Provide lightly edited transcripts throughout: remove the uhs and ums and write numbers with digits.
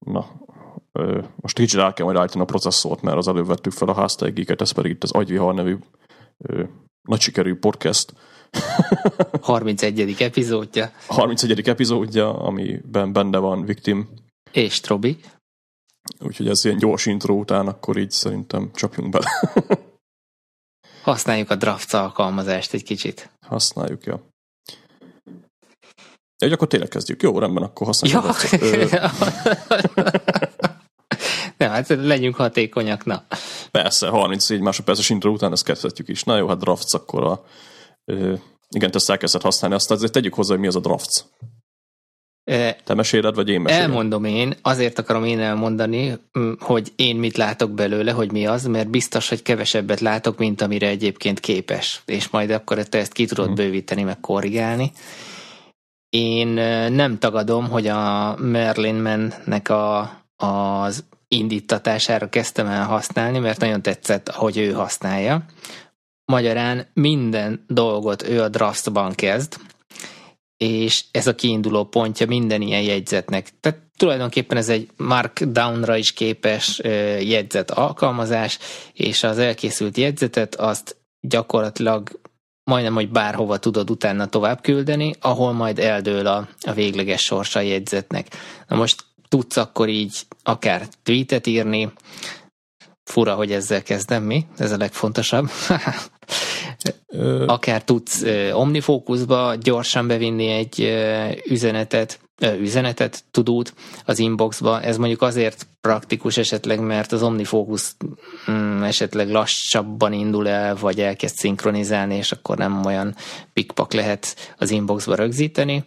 most kicsit el kell majd állítani a processzort, mert az előbb vettük fel a Hashtag Geeket, ez pedig itt az Agyvihar nevű nagy sikerű podcast. 31. epizódja. 31. epizódja, amiben benne van Victim. És Trobi. Úgyhogy ez ilyen gyors intro után, akkor így szerintem csapjunk bele. Használjuk a Drafts alkalmazást egy kicsit. Használjuk, ja. Hogy akkor tényleg kezdjük. Jó, rendben, akkor használjuk a Nem, hát legyünk hatékonyak, na. Persze, 34 másodperces intro után ezt kezdhetjük is. Na jó, hát Drafts akkor igen, te ezt elkezdett használni. Azt azért tegyük hozzá, hogy mi az a Drafts. Te meséled, vagy én mesélem? Elmondom én, azért akarom én elmondani, hogy én mit látok belőle, hogy mi az, mert biztos, hogy kevesebbet látok, mint amire egyébként képes. És majd akkor te ezt ki tudod bővíteni, meg korrigálni. Én nem tagadom, hogy a Merlin Man-nek az indítatására kezdtem el használni, mert nagyon tetszett, ahogy ő használja. Magyarán minden dolgot ő a Draftsban kezd, és ez a kiinduló pontja minden ilyen jegyzetnek. Tehát tulajdonképpen ez egy markdownra is képes jegyzet alkalmazás, és az elkészült jegyzetet azt gyakorlatilag majdnem, hogy bárhova tudod utána tovább küldeni, ahol majd eldől a végleges sorsa a jegyzetnek. Na most tudsz akkor így akár tweetet írni, fura, hogy ezzel kezdem, mi? Ez a legfontosabb. Akár tudsz OmniFocusba gyorsan bevinni egy üzenetet, tudót az inboxba. Ez mondjuk azért praktikus esetleg, mert az OmniFocus esetleg lassabban indul el, vagy elkezd szinkronizálni, és akkor nem olyan pikpak lehet az inboxba rögzíteni.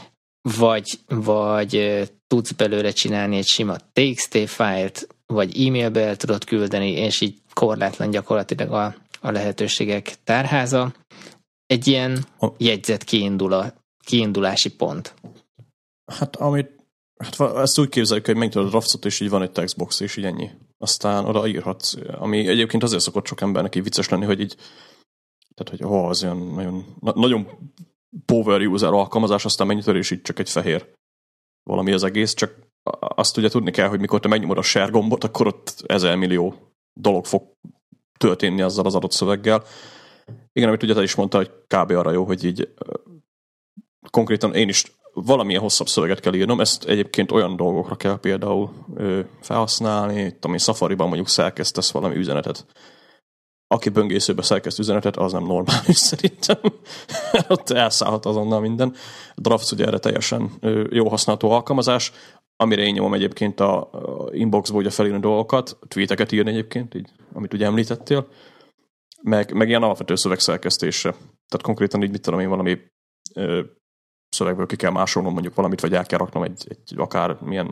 Vagy tudsz belőle csinálni egy sima TXT fájlt, vagy e-mailbe el tudod küldeni, és így korlátlan gyakorlatilag a lehetőségek tárháza. Egy ilyen jegyzet kiindulási pont. Hát ezt úgy képzeljük, hogy megnyitod a Draftsot, és így van egy textbox, és így ennyi. Aztán oda írhatsz, ami egyébként azért szokott sok embernek így vicces lenni, hogy így, tehát hogy az olyan nagyon power user alkalmazás, aztán megnyitod, és így csak egy fehér valami az egész, csak azt ugye tudni kell, hogy mikor te megnyomod a share gombot, akkor ott 1000 millió dolog fog történni azzal az adott szöveggel. Igen, amit ugye te is mondta, hogy kb. Arra jó, hogy így konkrétan én is valamilyen hosszabb szöveget kell írnom, ezt egyébként olyan dolgokra kell például felhasználni, ami Safari-ban mondjuk szerkesztesz valami üzenetet. Aki böngészőbe szerkeszt üzenetet, az nem normális szerintem. Ott elszállhat azonnal minden. A Drafts ugye erre teljesen jó használható alkalmazás, amire én nyomom egyébként a inboxba ugye felírni dolgokat, tweeteket írni egyébként, így, amit ugye említettél, meg ilyen alapvető szövegszerkesztésre. Tehát konkrétan így mit tudom én, valami szövegből ki kell másolnom mondjuk valamit, vagy el kell raknom egy akár milyen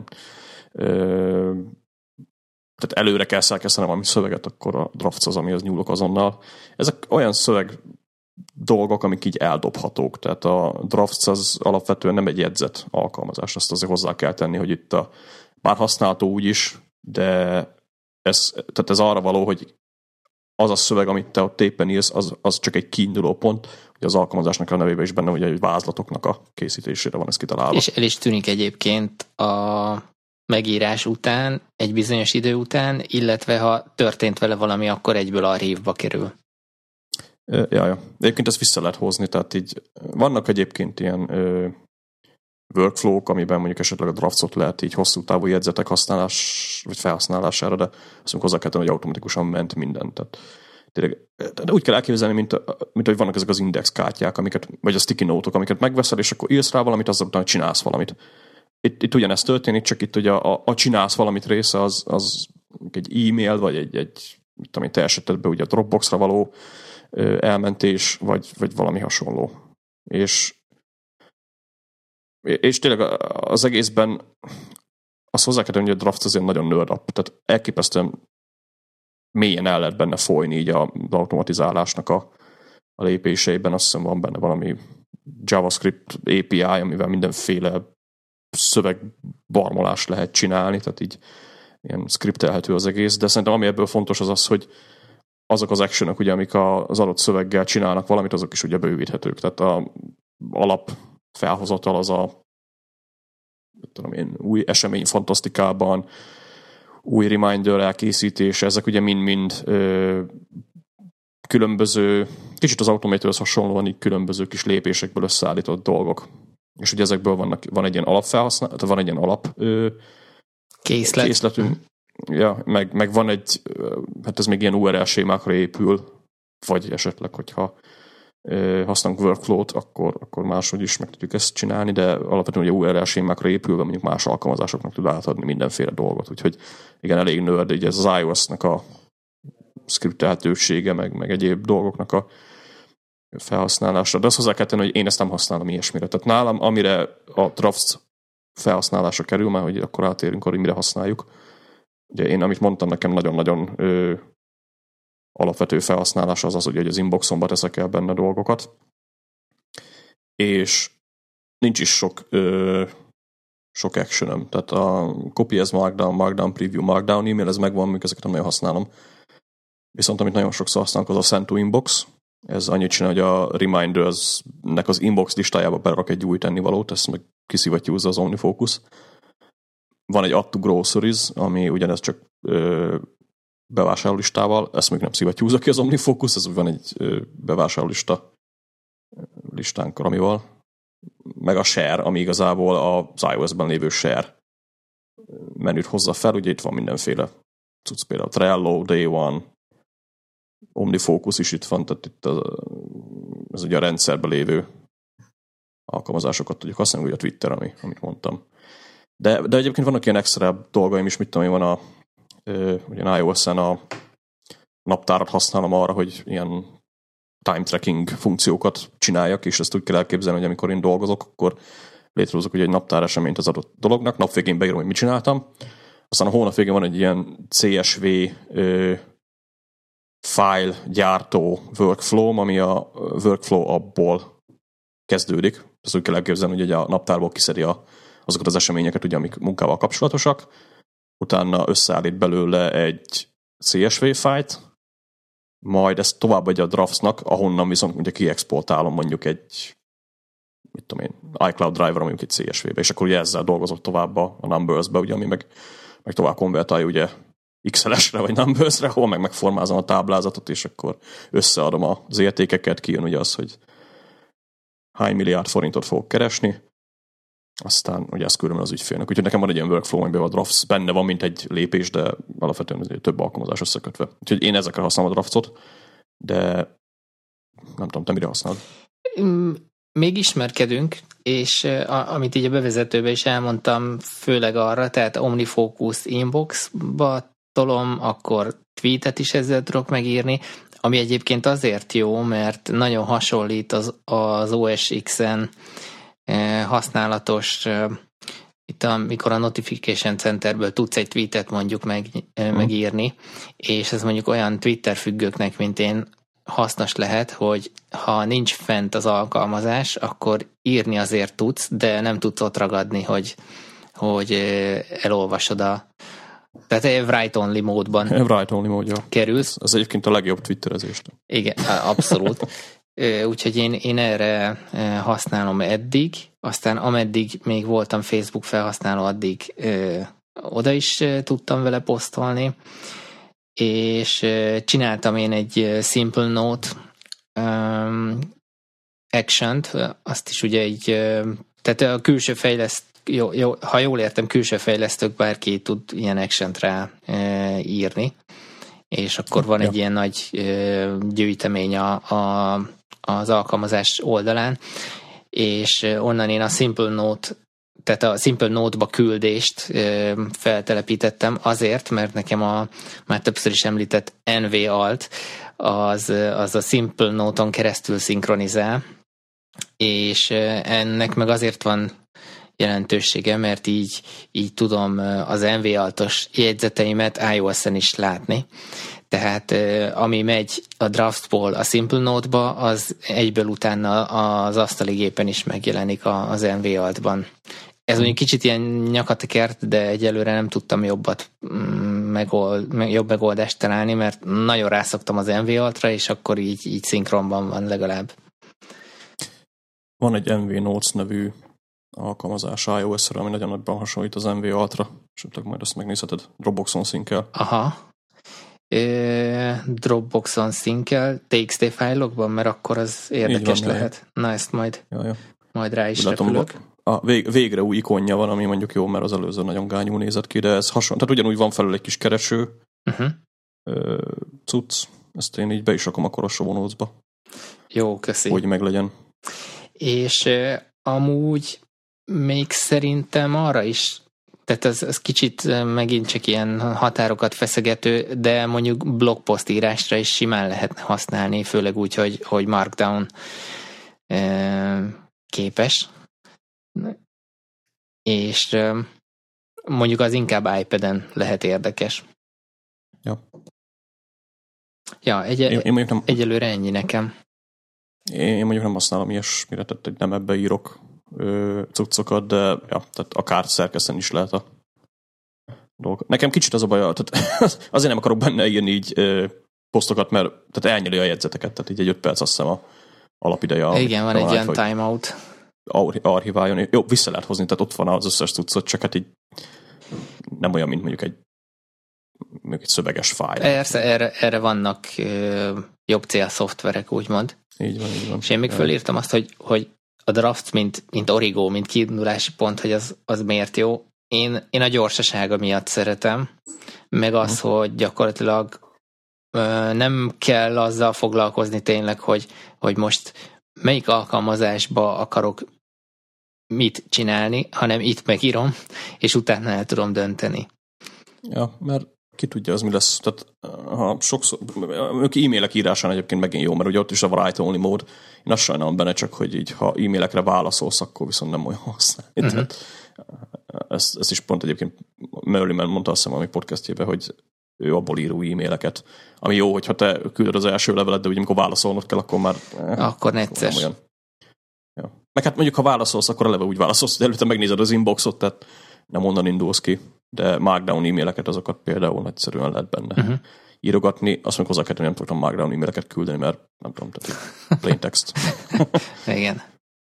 tehát előre kell szerkesztenem valami szöveget, akkor a Drafts az, amihez nyúlok azonnal. Ezek olyan szöveg dolgok, amik így eldobhatók. Tehát a Drafts az alapvetően nem egy jegyzet alkalmazás. Azt azért hozzá kell tenni, hogy itt bár használható úgy is, de ez arra való, hogy az a szöveg, amit te ott éppen írsz, az csak egy kiinduló pont, hogy az alkalmazásnak a nevében is benne, ugye egy vázlatoknak a készítésére van ez kitalálva. És el is tűnik egyébként a megírás után, egy bizonyos idő után, illetve ha történt vele valami, akkor egyből archívba kerül. Ja. Egyébként ezt vissza lehet hozni, tehát így vannak egyébként ilyen workflow-k, amiben mondjuk esetleg a Draftsot lehet így hosszú távú jegyzetek vagy felhasználására, de azt mondjuk hozzá kell tenni, hogy automatikusan ment minden. Tehát tényleg, úgy kell elképzelni, mint hogy vannak ezek az indexkártyák, vagy a sticky note-ok, amiket megveszel, és akkor írsz rá valamit, azzal utána csinálsz valamit. Itt ugyanezt történik, csak itt ugye a csinálsz valamit része az egy e-mail, vagy egy mit tudom én, te esetedben ugye a Dropboxra való elmentés, vagy valami hasonló. És tényleg az egészben azt hozzá kell tenni, hogy a Draft azért nagyon nerd up, tehát elképesztően mélyen el lehet benne folyni így az automatizálásnak a lépéseiben. Azt hiszem van benne valami JavaScript API, amivel mindenféle szövegbarmolást lehet csinálni, tehát így ilyen scriptelhető az egész, de szerintem ami ebből fontos az az, hogy azok az actionok, ugye, amik az adott szöveggel csinálnak valamit, azok is ugye bővíthetők. Tehát a alap felhozatal az tudom én, új esemény fantasztikában, új reminder elkészítése, ezek ugye mind-mind különböző, kicsit az Automatorhoz hasonlóan így különböző kis lépésekből összeállított dolgok. És ugye ezekből van egy ilyen alapfelhasználat, van egy ilyen alap készletünk, ja, meg van egy, hát ez még ilyen URL sémákra épül, vagy esetleg, hogyha használunk workflow-t, akkor máshogy is meg tudjuk ezt csinálni, de alapvetően ugye URL sémákra épülve mondjuk más alkalmazásoknak tud átadni mindenféle dolgot, úgyhogy igen, elég nerd, ugye ez az iOS-nek a scriptelhetősége, meg egyéb dolgoknak a felhasználásra. De azt hozzá kell tenni, hogy én ezt nem használom ilyesmire. Tehát nálam, amire a Drafts felhasználásra kerül, már hogy akkor átérünk arra, mire használjuk. Ugye én, amit mondtam, nekem nagyon-nagyon alapvető felhasználás az, hogy az inboxomba teszek el benne dolgokat. És nincs is sok actionem. Tehát a copy as markdown preview, markdown e-mail, ez megvan, még ezeket nem nagyon használom. Viszont amit nagyon sokszor használok, az a send to inbox. Ez annyit csinál, hogy a reminders-nek az inbox listájába berak egy új tennivalót, ezt meg kiszivattyúzza az OmniFocus. Van egy add to groceries, ami ugyanez csak bevásárlólistával, ezt még nem szivattyúzza ki az OmniFocus, ez úgy van egy bevásárlólista listánk, amival. Meg a share, ami igazából az iOS-ben lévő share menüt hozza fel, ugye itt van mindenféle cucc, például Trello, Day One, OmniFocus is itt van, tehát itt ez ugye a rendszerben lévő alkalmazásokat tudjuk használni, ugye a Twitter, amit mondtam. De egyébként vannak ilyen extra dolgaim is, mit tudom én, van ugye iOS-en a naptárat használom arra, hogy ilyen time tracking funkciókat csináljak, és ezt úgy kell elképzelni, hogy amikor én dolgozok, akkor létrehozok ugye egy naptár eseményt az adott dolognak, nap végén beírom, hogy mit csináltam, aztán a hónap végén van egy ilyen CSV file gyártó workflow, ami a workflow appból kezdődik. Ezt úgy kell elképzelni, hogy a naptárból kiszedi azokat az eseményeket, ugye, amik munkával kapcsolatosak, utána összeállít belőle egy CSV fájlt, majd ezt továbbadja a Draftsnak, ahonnan viszont ugye kiexportálom mondjuk egy, mit tudom én, iCloud Driver, mondjuk egy CSV-be, és akkor ugye ezzel dolgozok tovább a Numbers-be, ugye, ami meg tovább konvertálja ugye XLS-re vagy Numbers-re, ahol meg megformázom a táblázatot, és akkor összeadom az értékeket, kijön ugye az, hogy hány milliárd forintot fogok keresni, aztán ugye ezt küldöm az ügyfélnek. Úgyhogy nekem van egy ilyen workflow, amiben a Drafts benne van, mint egy lépés, de alapvetően több alkalmazás összekötve. Úgyhogy én ezekre használom a Draftsot, de nem tudom, te mire használod? Még ismerkedünk, és amit így a bevezetőben is elmondtam, főleg arra, tehát OmniFocus inboxba tolom, akkor tweetet is ezzel tudok megírni, ami egyébként azért jó, mert nagyon hasonlít az OS X-en használatos, itt amikor a Notification Centerből tudsz egy tweetet mondjuk megírni, és ez mondjuk olyan Twitter függőknek, mint én, hasznos lehet, hogy ha nincs fent az alkalmazás, akkor írni azért tudsz, de nem tudsz ott ragadni, hogy elolvasod tehát write-only módban write-only módja kerülsz. Ez egyébként a legjobb twitterezést. Igen, abszolút. Úgyhogy én erre használom eddig, aztán ameddig még voltam Facebook felhasználó, addig oda is tudtam vele posztolni, és csináltam én egy Simple Note action-t, azt is ugye így, tehát a külső ha jól értem, külső fejlesztők bárki tud ilyen action-t rá írni, és akkor van egy ilyen nagy gyűjtemény az alkalmazás oldalán, és onnan én a Simple Note, tehát a Simple Note-ba küldést feltelepítettem azért, mert nekem már többször is említett NV-alt az a Simple Note-on keresztül szinkronizál, és ennek meg azért van jelentősége, mert így tudom az NV-altos jegyzeteimet iOS-en is látni. Tehát ami megy a Draftból a Simple Note-ba, az egyből utána az asztali gépen is megjelenik az NV-altban. Ez mondjuk kicsit ilyen nyakatekert, de egyelőre nem tudtam jobb megoldást találni, mert nagyon rászoktam az NV-altra, és akkor így szinkronban van legalább. Van egy NV Notes nevű alkalmazás iOS-re, ami nagyon nagyban hasonlít az MV Alt-ra, és majd azt megnézheted Dropboxon szinkel. Aha. Dropboxon szinkel, TXT fájlokban, mert akkor az érdekes van, lehet. Na, ezt majd rá is repülök. Végre új ikonja van, ami mondjuk jó, mert az előző nagyon gányul nézett ki, de ez hasonló. Tehát ugyanúgy van felül egy kis kereső cucc. Ezt én így be is rakom akkor a show notes-ba. Jó, köszi. Hogy meglegyen. És amúgy még szerintem arra is, tehát az kicsit megint csak ilyen határokat feszegető, de mondjuk blogpost írásra is simán lehetne használni, főleg úgy, hogy Markdown képes. És mondjuk az inkább iPad-en lehet érdekes. Ja, egyelőre ennyi nekem. Én mondjuk nem használom ilyesmire, tehát nem ebbe írok cuccokat, de ja, tehát akár szerkeszteni is lehet a dolgokat. Nekem kicsit az a baj, tehát azért nem akarok benne írni így posztokat, mert tehát elnyeli a jegyzeteket, tehát így egy 5 perc azt hiszem a alapideje. Igen, van egy ilyen timeout. Archiváljon. Jó, vissza lehet hozni, tehát ott van az összes cuccot, csak hát így nem olyan, mint mondjuk egy szöveges fájl. Persze, erre vannak jobb cél szoftverek, úgymond. Így van. És én még fölírtam azt, hogy a draft, mint origo, mint kiindulási pont, hogy az miért jó. Én a gyorsasága miatt szeretem, meg az, hogy gyakorlatilag nem kell azzal foglalkozni tényleg, hogy most melyik alkalmazásba akarok mit csinálni, hanem itt megírom, és utána el tudom dönteni. Ja, mert ki tudja, az mi lesz. Tehát, ha sokszor, e-mailek írásán egyébként megint jó, mert ugye ott is a write-only mód. Én azt sajnálom benne csak, hogy így, ha e-mailekre válaszolsz, akkor viszont nem olyan használni. Tehát ezt is pont egyébként Merliman mondta azt hiszem, ami podcastjében, hogy ő abból író e-maileket. Ami jó, hogyha te küldöd az első levelet, de ugye amikor válaszolnod kell, akkor már akkor necces. Olyan. Ja. Meg hát mondjuk, ha válaszolsz, akkor eleve úgy válaszolsz, hogy előtte megnézed az inboxot, tehát nem onnan indulsz ki. De Markdown e-maileket, azokat például nagyszerűen lehet benne írogatni. Azt mondjuk hozzá kell tenni, nem tudtam Markdown e-maileket küldeni, mert nem tudom, tehát plain text. Igen.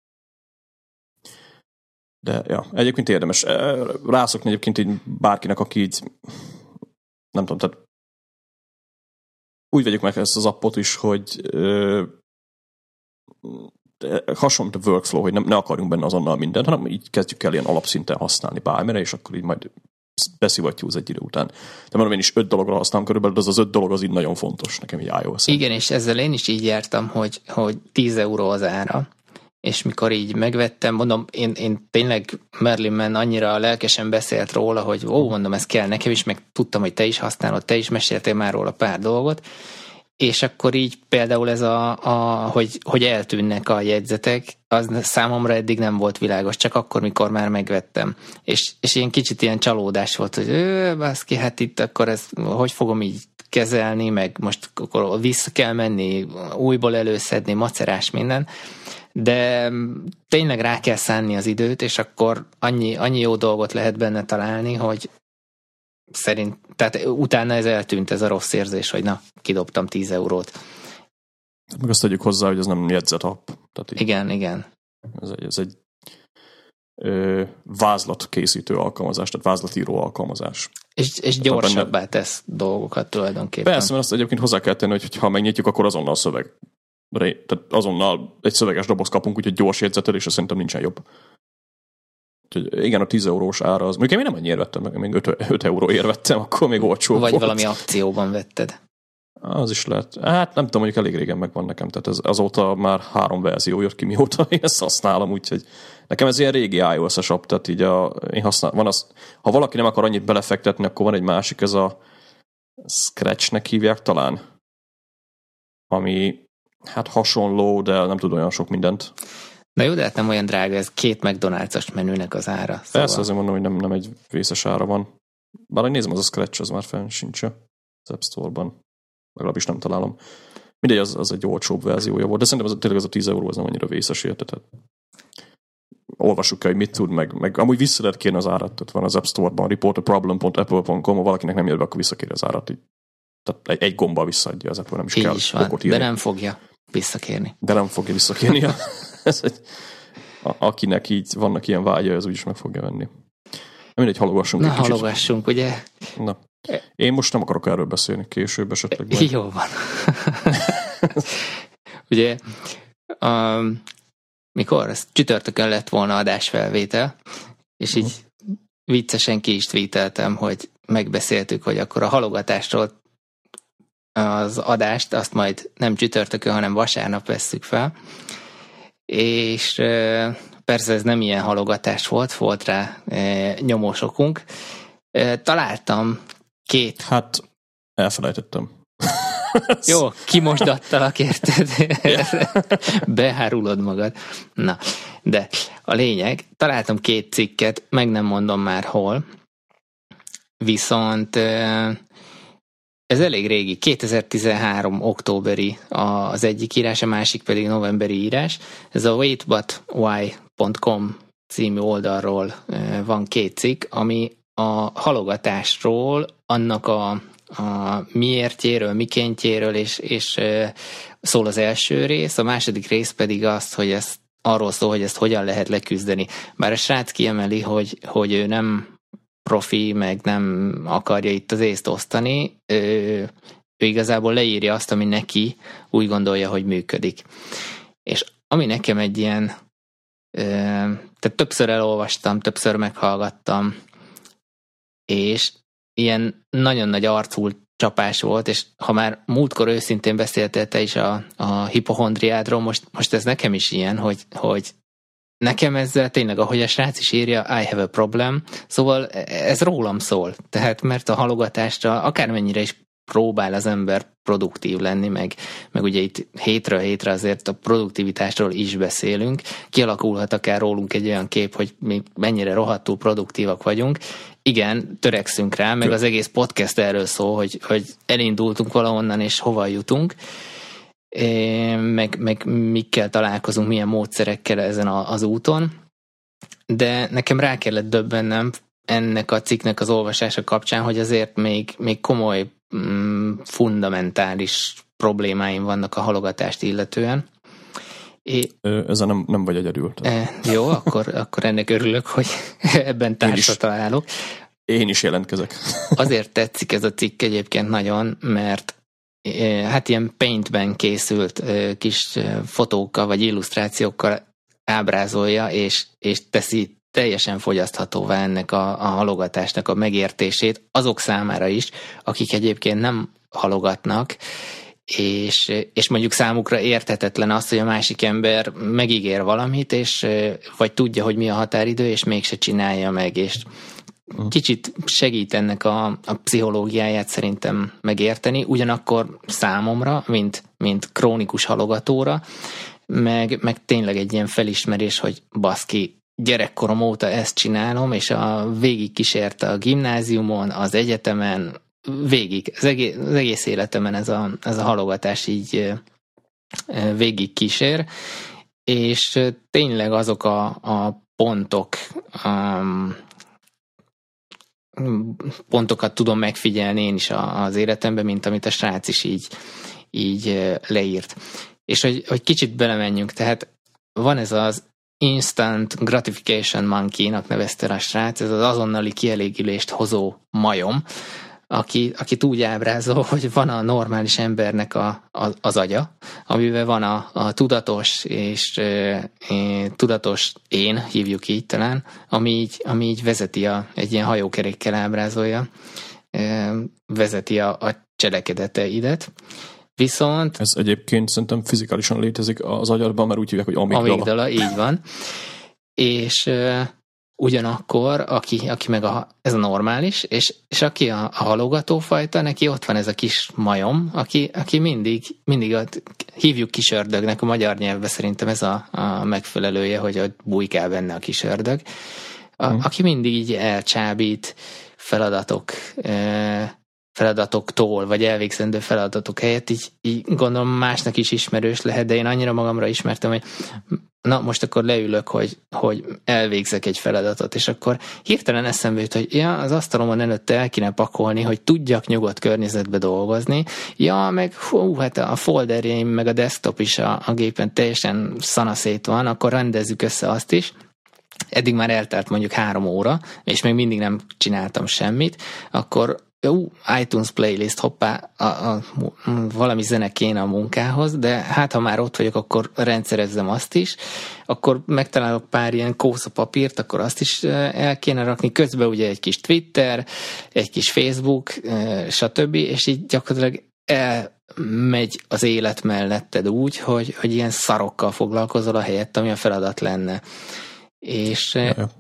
De ja, egyébként érdemes. Rászokni egyébként így bárkinek, aki így nem tudom, tehát úgy vegyük meg ezt az appot is, hogy hasonló, mint a workflow, hogy ne akarjunk benne azonnal mindent, hanem így kezdjük el ilyen alapszinten használni bármire, és akkor így majd beszivattyúz egy idő után. De mondom, én is 5 dologra használom körülbelül, de az 5 dolog az így nagyon fontos nekem így iOS-en. Igen, és ezzel én is így jártam, hogy 10 euró az ára, és mikor így megvettem, mondom, én tényleg Merlinman annyira lelkesen beszélt róla, hogy mondom, ez kell nekem is, meg tudtam, hogy te is használod, te is meséltél már róla pár dolgot, és akkor így például ez hogy eltűnnek a jegyzetek, az számomra eddig nem volt világos, csak akkor, mikor már megvettem. És ilyen kicsit ilyen csalódás volt, hogy baszki, hát itt akkor ez, hogy fogom így kezelni, meg most akkor vissza kell menni, újból előszedni, macerás minden, de tényleg rá kell szánni az időt, és akkor annyi jó dolgot lehet benne találni, hogy tehát utána ez eltűnt, ez a rossz érzés, hogy na, kidobtam 10 eurót. Meg azt tegyük hozzá, hogy ez nem jegyzet app. Igen. Ez egy vázlatkészítő alkalmazás, tehát vázlatíró alkalmazás. És gyorsabbá tesz dolgokat tulajdonképpen. Persze, mert azt egyébként hozzá kell tenni, hogy ha megnyitjuk, akkor azonnal szöveg. Tehát azonnal egy szöveges doboz kapunk, úgyhogy gyors jegyzetelésre szerintem nincsen jobb. Úgyhogy igen, a 10 eurós ára az. Mondjuk én nem annyira vettem, meg még 5 euróért vettem, akkor még olcsó vagy volt. Valami akcióban vetted. Az is lehet. Hát nem tudom, mondjuk elég régen megvan nekem, tehát azóta már 3 verzió jött ki, mióta én ezt használom, úgyhogy nekem ez ilyen régi iOS-es app, tehát így én használom, van az, ha valaki nem akar annyit belefektetni, akkor van egy másik, ez a Scratchnek hívják talán, ami hát hasonló, de nem tud olyan sok mindent. Na jó, de hát nem olyan drága, ez 2 McDonald's-os menünek az ára. Szóval... Persze, azért mondom, hogy nem egy vészes ára van. Bár, hogy nézem, az a Scratch, az már fenn sincs az App Store-ban. Legalábbis nem találom. Mindegy, az egy olcsóbb verziója volt, de szerintem tényleg az a 10 euró az nem annyira vészes érte. Tehát olvassuk el, hogy mit tud, meg amúgy vissza lehet kérni az árat. Tehát van az App Store-ban reportaproblem.apple.com, ha valakinek nem jön be, akkor visszakéri az árat. Így. Tehát egy gombbal visszaadja az Apple, nem is így kell is van, okot írni. de nem fogja visszakérni. De nem fogja visszakérni. Ez egy... akinek így vannak ilyen vágya, az úgyis meg fogja venni. Mindegy, halogassunk egy kicsit. Halogassunk, ugye? Na. Én most nem akarok erről beszélni, később esetleg. Majd. Jó van. Ugye, mikor? Ez csütörtökön lett volna adásfelvétel, és így viccesen ki is tweeteltem, hogy megbeszéltük, hogy akkor a halogatásról az adást, azt majd nem csütörtökön, hanem vasárnap vesszük fel. És persze ez nem ilyen halogatás volt rá nyomós okunk. Találtam 2... Hát, elfelejtettem. Jó, kimosdattalak, érted? Behárulod magad. Na, de a lényeg, találtam 2 cikket, meg nem mondom már hol, viszont ez elég régi, 2013 októberi az egyik írás, a másik pedig novemberi írás. Ez a waitbutwhy.com című oldalról van 2 cikk, ami a halogatásról, annak a miértjéről, mikéntjéről, és szól az első rész, a második rész pedig azt, hogy ez arról szól, hogy ezt hogyan lehet leküzdeni. Bár a srác kiemeli, hogy ő nem profi, meg nem akarja itt az észt osztani, ő igazából leírja azt, ami neki úgy gondolja, hogy működik. És ami nekem egy ilyen, tehát többször elolvastam, többször meghallgattam, és ilyen nagyon nagy arcú csapás volt, és ha már múltkor őszintén beszéltél te is a hipohondriádról, most ez nekem is ilyen, hogy nekem ezzel tényleg, ahogy a srác is írja, I have a problem, szóval ez rólam szól. Tehát mert a halogatásra akármennyire is próbál az ember produktív lenni, meg ugye itt hétről hétre azért a produktivitásról is beszélünk, kialakulhat akár rólunk egy olyan kép, hogy mi mennyire rohadtul produktívak vagyunk. Igen, törekszünk rá, meg az egész podcast erről szól, hogy elindultunk valahonnan, és hova jutunk, meg mikkel találkozunk, milyen módszerekkel ezen az úton. De nekem rá kellett döbbennem ennek a cikknek az olvasása kapcsán, hogy azért még komoly fundamentális problémáim vannak a halogatást illetően. Ezzel nem vagy egyedül. Jó, akkor ennek örülök, hogy ebben társat találok. Én is jelentkezek. Azért tetszik ez a cikk egyébként nagyon, mert hát ilyen Paintben készült kis fotókkal vagy illusztrációkkal ábrázolja, és teszi teljesen fogyaszthatóvá ennek a halogatásnak a megértését azok számára is, akik egyébként nem halogatnak, és mondjuk számukra érthetetlen az, hogy a másik ember megígér valamit, és vagy tudja, hogy mi a határidő, és mégse csinálja meg, és kicsit segít ennek a pszichológiáját szerintem megérteni, ugyanakkor számomra, mint krónikus halogatóra, meg tényleg egy ilyen felismerés, hogy baszki, gyerekkorom óta ezt csinálom, és végig kísérte a gimnáziumon, az egyetemen, végig, az egész életemen ez a halogatás így végig kísér, és tényleg azok a pontokat tudom megfigyelni én is az életemben, mint amit a srác is így leírt. És hogy kicsit belemenjünk, tehát van ez az Instant Gratification Monkey-nak nevezte a srác, ez az azonnali kielégülést hozó majom, akit úgy ábrázol, hogy van a normális embernek az agya, amiben van a tudatos és tudatos én, hívjuk így talán, ami így vezeti egy ilyen hajókerékkel ábrázolja, vezeti a cselekedeteidet. Viszont... Ez egyébként szerintem fizikálisan létezik az agyadban, mert úgy hívják, hogy amigdala. Amigdala, így van. És ugyanakkor, aki meg ez a normális, és aki a halogatófajta, neki ott van ez a kis majom, aki mindig hívjuk kis ördögnek, a magyar nyelvben szerintem ez a megfelelője, hogy ott bujkál benne a kis ördög, aki mindig így elcsábít feladatoktól, vagy elvégzendő feladatok helyett, így gondolom másnak is ismerős lehet, de én annyira magamra ismertem, hogy na most akkor leülök, hogy elvégzek egy feladatot, és akkor hirtelen eszembe jut, hogy ja, az asztalomon előtte el kéne pakolni, hogy tudjak nyugodt környezetbe dolgozni, ja, meg hát a folderjeim, meg a desktop is a gépen teljesen szanaszét van, akkor rendezzük össze azt is. Eddig már eltelt mondjuk 3 óra, és még mindig nem csináltam semmit, akkor iTunes playlist, hoppá, valami zene kéne a munkához, de hát ha már ott vagyok, akkor rendszerezzem azt is, akkor megtalálok pár ilyen kószapapírt, akkor azt is el kéne rakni, közben ugye egy kis Twitter, egy kis Facebook, stb., és így gyakorlatilag elmegy az élet melletted úgy, hogy ilyen szarokkal foglalkozol a helyett, ami a feladat lenne. És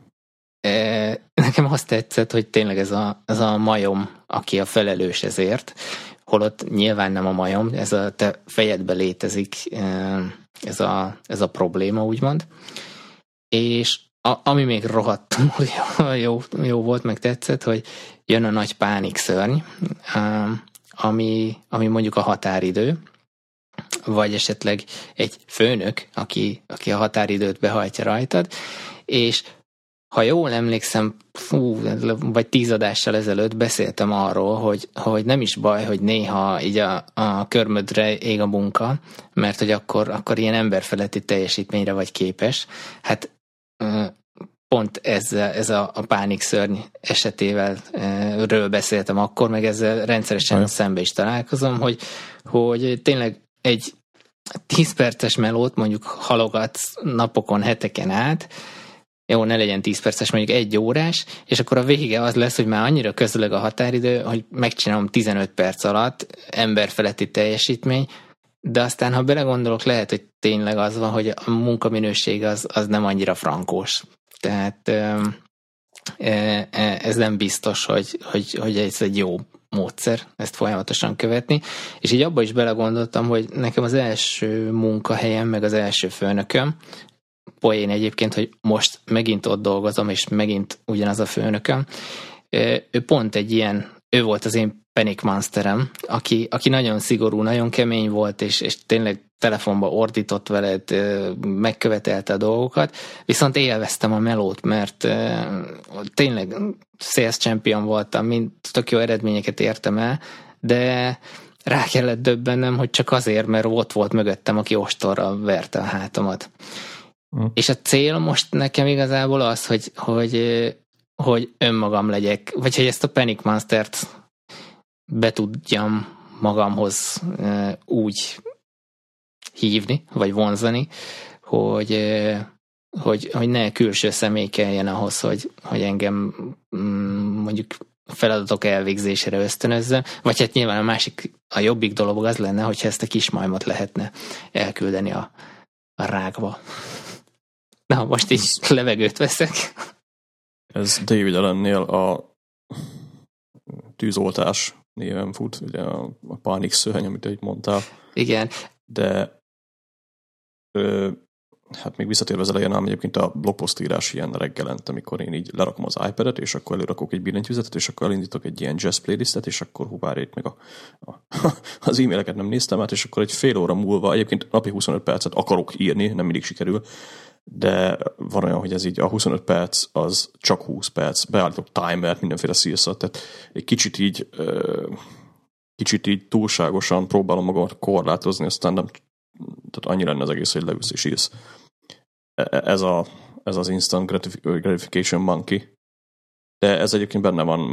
nekem azt tetszett, hogy tényleg ez a majom, aki a felelős ezért, holott nyilván nem a majom, ez a te fejedbe létezik ez a probléma, úgymond. És ami még rohadt jó volt, meg tetszett, hogy jön a nagy pánikszörny, ami mondjuk a határidő, vagy esetleg egy főnök, aki a határidőt behajtja rajtad, és ha jól emlékszem, vagy 10 adással ezelőtt beszéltem arról, hogy nem is baj, hogy néha így a körmödre ég a munka, mert hogy akkor ilyen emberfeletti teljesítményre vagy képes. Hát pont ez a pánikszörny esetével ről beszéltem akkor, meg ezzel rendszeresen szembe is találkozom, hogy tényleg egy 10 perces melót mondjuk halogatsz napokon, heteken át, jó, ne legyen 10 perces, mondjuk 1 órás, és akkor a vége az lesz, hogy már annyira közöleg a határidő, hogy megcsinálom 15 perc alatt, emberfeletti teljesítmény, de aztán, ha belegondolok, lehet, hogy tényleg az van, hogy a munkaminőség az nem annyira frankós. Tehát ez nem biztos, hogy ez egy jó módszer ezt folyamatosan követni, és így abba is belegondoltam, hogy nekem az első munkahelyem, meg az első főnököm, poén egyébként, hogy most megint ott dolgozom, és megint ugyanaz a főnököm, ő pont egy ilyen, ő volt az én panic monsterem, aki nagyon szigorú, nagyon kemény volt, és tényleg telefonba ordított veled, megkövetelte a dolgokat, viszont élveztem a melót, mert tényleg sales champion voltam, mind tök jó eredményeket értem el, de rá kellett döbbennem, hogy csak azért, mert ott volt mögöttem, aki ostorral verte a hátamat. És a cél most nekem igazából az, hogy önmagam legyek, vagy hogy ezt a Panic Monstert be tudjam magamhoz úgy hívni, vagy vonzani, hogy ne külső személy kelljen ahhoz, hogy engem mondjuk feladatok elvégzésére ösztönözze, vagy hát nyilván a jobbik dolog az lenne, hogyha ezt a kismajmot lehetne elküldeni a rákba. Na, most így levegőt veszek. Ez David Allennél a tűzoltás néven fut, ugye a pánikszörny, amit így mondtál. Igen. De hát még visszatérve az elején, ám egyébként a blogposztírás ilyen reggelent, amikor én így lerakom az iPad-et, és akkor előrakok egy billentyűzetet, és akkor elindítok egy ilyen jazz playlistet, és akkor hubárét meg az e-maileket nem néztem át, és akkor egy fél óra múlva, egyébként napi 25 percet akarok írni, nem mindig sikerül, de van olyan, hogy ez így a 25 perc az csak 20 perc, beállítok timert, mindenféle szírszat, tehát egy kicsit így túlságosan próbálom magamat korlátozni, aztán nem, tehát annyi lenne az egész, hogy leülsz és írsz. Ez az instant gratification monkey, de ez egyébként benne van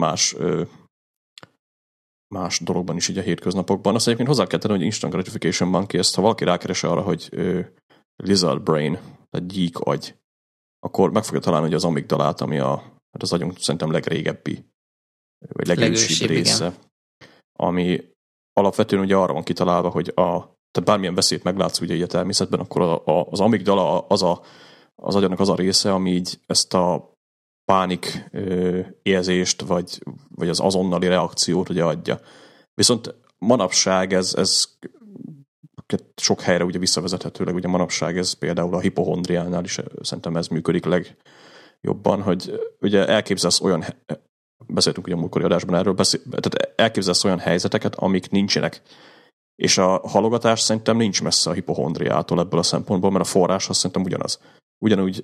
más dologban is így a hétköznapokban. Azt egyébként hozzá kell tenni, hogy instant gratification monkey, ezt ha valaki rákeres arra, hogy lizard brain, tehát gyík agy, akkor meg fogja találni, hogy az amigdalát, ami hát az agyunk szerintem legrégebbi, vagy legősibb része, igen. Ami alapvetően ugye arra van kitalálva, hogy tehát bármilyen veszélyt meglátsz ugye a természetben, akkor az amigdala az agynak az a része, ami így ezt a pánik érzést, vagy az azonnali reakciót ugye adja. Viszont manapság ez sok helyre ugye visszavezethetőleg, ugye manapság ez például a hipohondriánál is szerintem ez működik legjobban, hogy ugye elképzelsz olyan, beszéltünk ugye a múltkori adásban erről, tehát elképzelsz olyan helyzeteket, amik nincsenek És a halogatás szerintem nincs messze a hipohondriától ebből a szempontból, mert a forrás az szerintem ugyanaz. Ugyanúgy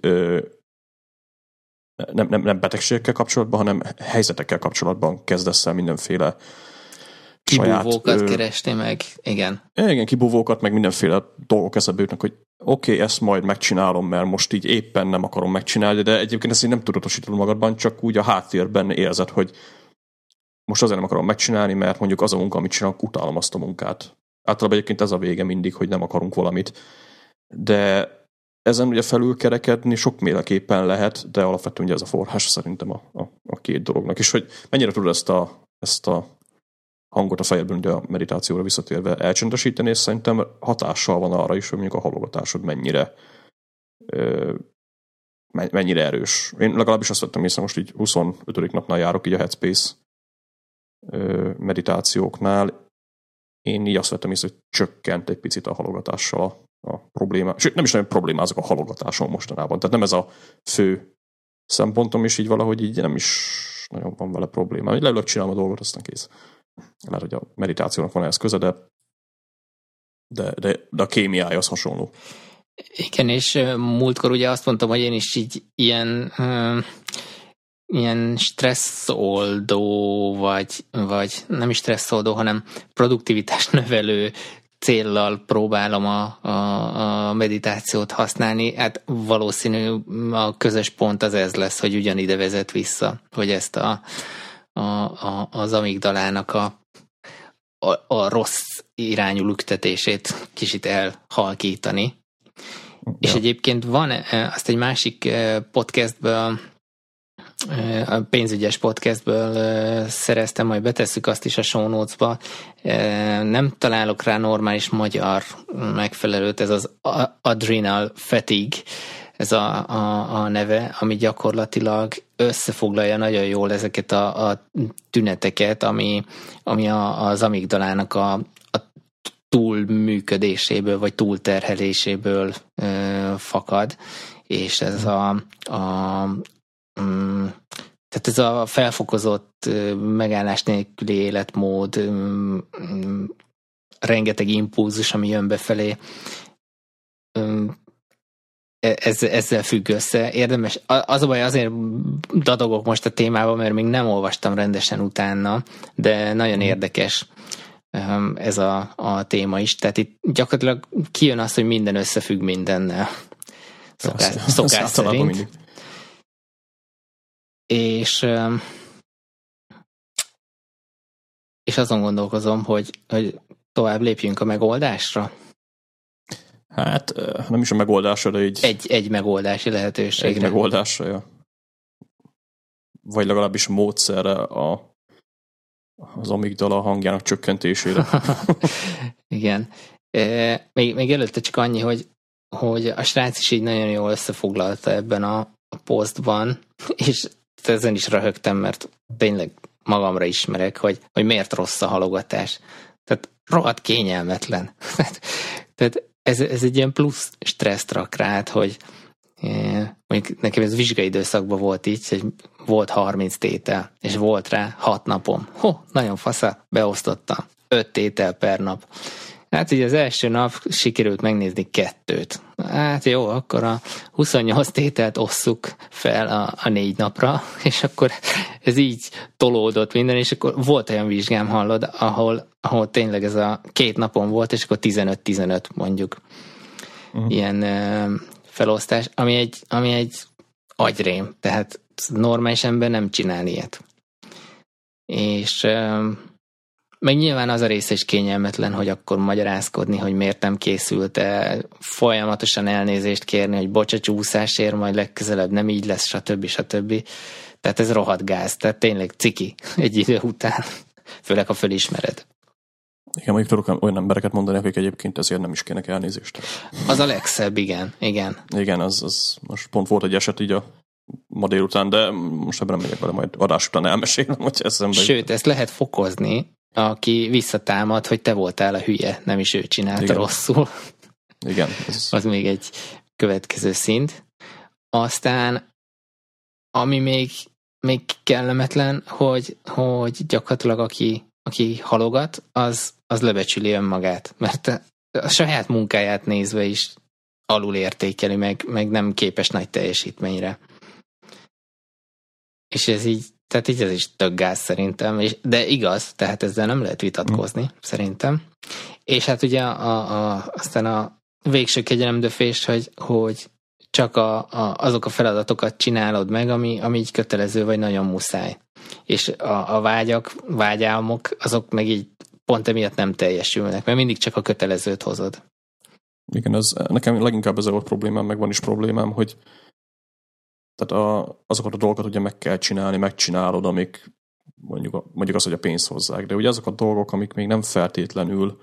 nem betegségekkel kapcsolatban, hanem helyzetekkel kapcsolatban kezdesz el mindenféle kibúvókat keresni meg, igen. Igen, kibúvókat, meg mindenféle dolgok eszedbe jutnak, hogy oké, ezt majd megcsinálom, mert most így éppen nem akarom megcsinálni, de egyébként ezt így nem tudatosítod magadban, csak úgy a háttérben érzed, hogy most azért nem akarom megcsinálni, mert mondjuk az a munka, amit csinálok, utálom azt a munkát. Általában egyébként ez a vége mindig, hogy nem akarunk valamit. De ezen ugye felülkerekedni sokféleképpen lehet, de alapvetően ugye ez a forrás szerintem a két dolognak. És hogy mennyire tudod ezt a hangot a fejedben ugye a meditációra visszatérve elcsendesíteni, és szerintem hatással van arra is, hogy mondjuk a halogatásod mennyire erős. Én legalábbis azt vettem észre, most így 25. napnál járok így a Headspace meditációknál. Én így azt vettem észre, hogy csökkent egy picit a halogatással a probléma. Sőt, nem is nagyon problémázok a halogatáson mostanában. Tehát nem ez a fő szempontom, és így valahogy így nem is nagyon van vele probléma. Így leülök, csinálom a dolgot, aztán kész. Lehet, hogy a meditációnak van ehhez köze, de a kémiája az hasonló. Igen, és múltkor ugye azt mondtam, hogy én is így ilyen stresszoldó, vagy nem is stresszoldó, hanem produktivitás növelő céllal próbálom a meditációt használni. Hát valószínű a közös pont az ez lesz, hogy ugyanide vezet vissza, hogy ezt az amigdalának a rossz irányú lüktetését kicsit elhalkítani. Ja. És egyébként van azt egy másik podcastből, a pénzügyes podcastből szereztem, majd betesszük azt is a show notes-ba. Nem találok rá normális magyar megfelelőt, ez az adrenal fatigue, ez a neve, ami gyakorlatilag összefoglalja nagyon jól ezeket a tüneteket, ami az amigdalának a túlműködéséből, vagy túlterheléséből fakad, és ez tehát ez a felfokozott megállás nélküli életmód, rengeteg impulzus, ami jön befelé, ezzel függ össze. Érdemes, az a baj, azért dadogok most a témában, mert még nem olvastam rendesen utána, de nagyon érdekes ez a téma is. Tehát itt gyakorlatilag kijön az, hogy minden összefügg mindennel. Szokás szerint. És azon gondolkozom, hogy tovább lépjünk a megoldásra. Hát nem is a megoldásra, de így... Egy megoldási lehetőségre. Egy megoldásra, ja. Vagy legalábbis módszerre az amigdala hangjának csökkentésére. Igen. Még előtte csak annyi, hogy a srác is így nagyon jól összefoglalta ebben a posztban, és ezen is röhögtem, mert tényleg magamra ismerek, hogy miért rossz a halogatás. Tehát rohadt kényelmetlen. Tehát ez egy ilyen plusz stresszt rak rád, hogy mondjuk nekem ez vizsgai időszakban volt így, hogy volt 30 tétel, és volt rá 6 napom. Nagyon fasza, beosztottam. 5 tétel per nap. Hát így az első nap sikerült megnézni 2. Hát jó, akkor a 28 tételt osszuk fel a 4 napra, és akkor ez így tolódott minden, és akkor volt olyan vizsgám, hallod, ahol tényleg ez a 2 napon volt, és akkor 15-15 mondjuk ilyen felosztás, ami egy agyrém, tehát normális ember nem csinál ilyet. És meg nyilván az a része is kényelmetlen, hogy akkor magyarázkodni, hogy miért nem készült el, folyamatosan elnézést kérni, hogy bocs a csúszásért, majd legközelebb nem így lesz, stb. Tehát ez rohadt gáz, tehát tényleg ciki egy idő után, főleg ha fölismered. Igen, mondjuk tudok olyan embereket mondani, akik egyébként ezért nem is kérnek elnézést. Az a legszebb, igen. Igen, az most pont volt egy eset így ma délután, de most ebben nem megyek vele, majd adás után elmesélem, hogy eszembe. Sőt, ezt lehet fokozni, aki visszatámad, hogy te voltál a hülye, nem is ő csinálta rosszul. Igen. Az még egy következő szint. Aztán, ami még kellemetlen, hogy gyakorlatilag aki halogat, az az lebecsüli önmagát, mert a saját munkáját nézve is alul értékeli, meg nem képes nagy teljesítményre. És ez így, tehát így ez is tök gáz szerintem, de igaz, tehát ezzel nem lehet vitatkozni, szerintem. És hát ugye aztán a végső kegyelemdöfés, hogy csak azok a feladatokat csinálod meg, ami így kötelező, vagy nagyon muszáj. És a vágyálmok, azok meg így pont emiatt nem teljesülnek, mert mindig csak a kötelezőt hozod. Igen, nekem leginkább ezzel volt problémám, meg van is problémám, hogy tehát azokat a dolgokat ugye meg kell csinálni, megcsinálod, amik mondjuk az, hogy a pénzt hozzák, de ugye azok a dolgok, amik még nem feltétlenül